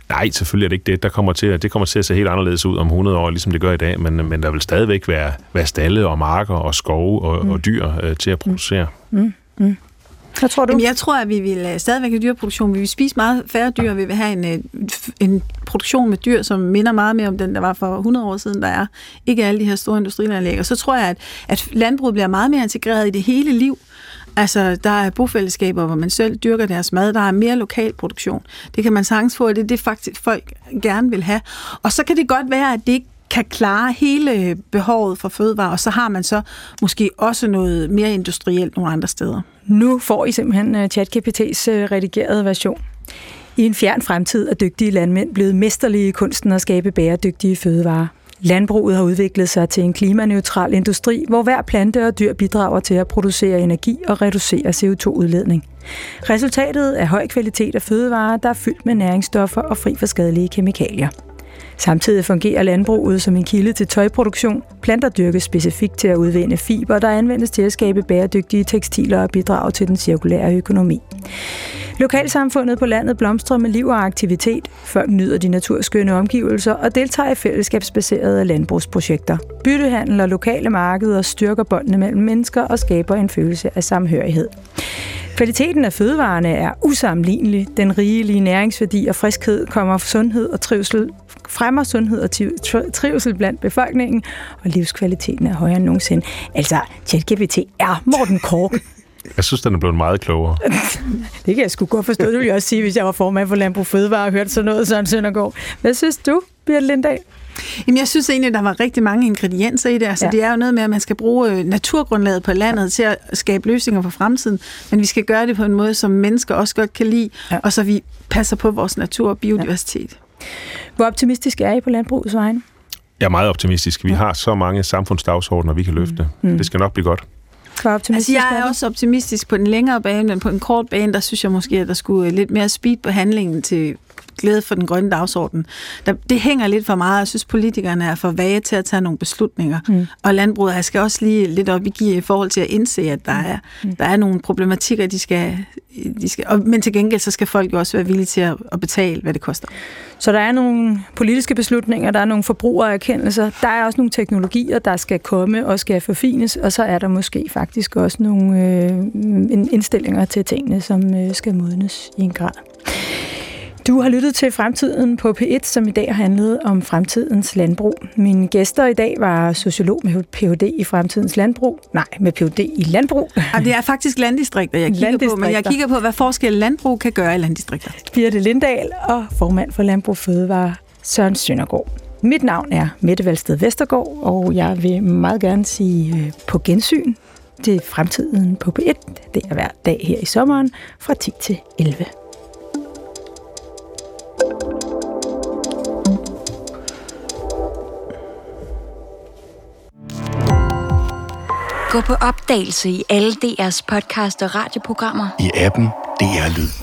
Nej, selvfølgelig er det ikke det. Der kommer til, det kommer til at se helt anderledes ud om hundrede år, ligesom det gør i dag, men, men der vil stadigvæk være, være stalle og marker og skove og, mm. og dyr øh, til at producere. Mm. Mm. Hvad tror du? Jamen, jeg tror, at vi vil stadigvæk have dyreproduktion. Vi vil spise meget færre dyr. Vi vil have en, en produktion med dyr, som minder meget mere om den, der var for hundrede år siden, der er. Ikke alle de her store industrianlæg. Og så tror jeg, at, at landbruget bliver meget mere integreret i det hele liv. Altså, der er bofællesskaber, hvor man selv dyrker deres mad. Der er mere lokal produktion. Det kan man sagtens få, og det er det faktisk, folk gerne vil have. Og så kan det godt være, at det ikke kan klare hele behovet for fødevarer, og så har man så måske også noget mere industrielt nogle andre steder. Nu får I simpelthen ChatGPT's redigerede version. I en fjern fremtid er dygtige landmænd blevet mesterlige i kunsten at skabe bæredygtige fødevarer. Landbruget har udviklet sig til en klimaneutral industri, hvor hver plante og dyr bidrager til at producere energi og reducere C O to udledning. Resultatet er høj kvalitet af fødevarer, der er fyldt med næringsstoffer og fri for skadelige kemikalier. Samtidig fungerer landbruget som en kilde til tøjproduktion. Planter dyrkes specifikt til at udvinde fiber, der anvendes til at skabe bæredygtige tekstiler og bidrage til den cirkulære økonomi. Lokalsamfundet på landet blomstrer med liv og aktivitet. Folk nyder de naturskønne omgivelser og deltager i fællesskabsbaserede landbrugsprojekter. Byttehandel og lokale markeder styrker båndene mellem mennesker og skaber en følelse af samhørighed. Kvaliteten af fødevarerne er usammenlignelig. Den rigelige næringsværdi og friskhed kommer sundhed og trivsel, fremmer sundhed og trivsel blandt befolkningen, og livskvaliteten er højere end nogensinde. Altså, ChatGPT er Morten Korch. Jeg synes, den er blevet meget klogere. Det kan jeg sgu godt forstå. Det ville jeg også sige, hvis jeg var formand for Landbrug Fødevare og hørte sådan noget Søren Søndergaard. Hvad synes du, Birthe Lindahl? Jamen, jeg synes egentlig, der var rigtig mange ingredienser i det. Altså, ja. Det er jo noget med, at man skal bruge naturgrundlaget på landet til at skabe løsninger for fremtiden, men vi skal gøre det på en måde, som mennesker også godt kan lide, ja. Og så vi passer på vores natur og biodiversitet. Ja. Hvor optimistisk er I på landbrugets vegne? Jeg er meget optimistisk. Vi ja. har så mange samfundsdagsordner, vi kan løfte. Mm. Det skal nok blive godt. Altså, jeg er også optimistisk på den længere bane, men på en kort bane, der synes jeg måske, at der skulle lidt mere speed på handlingen til glæde for den grønne dagsorden. Der, det hænger lidt for meget. Jeg synes, politikerne er for vage til at tage nogle beslutninger. Mm. Og landbruget skal også lige lidt op i gear i forhold til at indse, at der er, mm. der er nogle problematikker, de skal... De skal og, men til gengæld, så skal folk jo også være villige til at, at betale, hvad det koster. Så der er nogle politiske beslutninger, der er nogle forbrugererkendelser, der er også nogle teknologier, der skal komme og skal forfines, og så er der måske faktisk også nogle øh, indstillinger til tingene, som øh, skal modnes i en grad. Du har lyttet til Fremtiden på P et, som i dag har handlet om fremtidens landbrug. Mine gæster i dag var sociolog med P H D i fremtidens landbrug. Nej, med P H D i landbrug. Og det er faktisk landdistrikter, jeg kigger landdistrikter. på, men jeg kigger på, hvad forskel landbrug kan gøre i landdistrikter. Birthe Lindahl og formand for Landbrug Fødevare, Søren Søndergaard. Mit navn er Mette Valsted Vestergaard, og jeg vil meget gerne sige på gensyn til Fremtiden på P et. Det er hver dag her i sommeren fra ti til elleve. Gå på opdagelse i alle D R's podcast og radioprogrammer. I appen D R Lyd.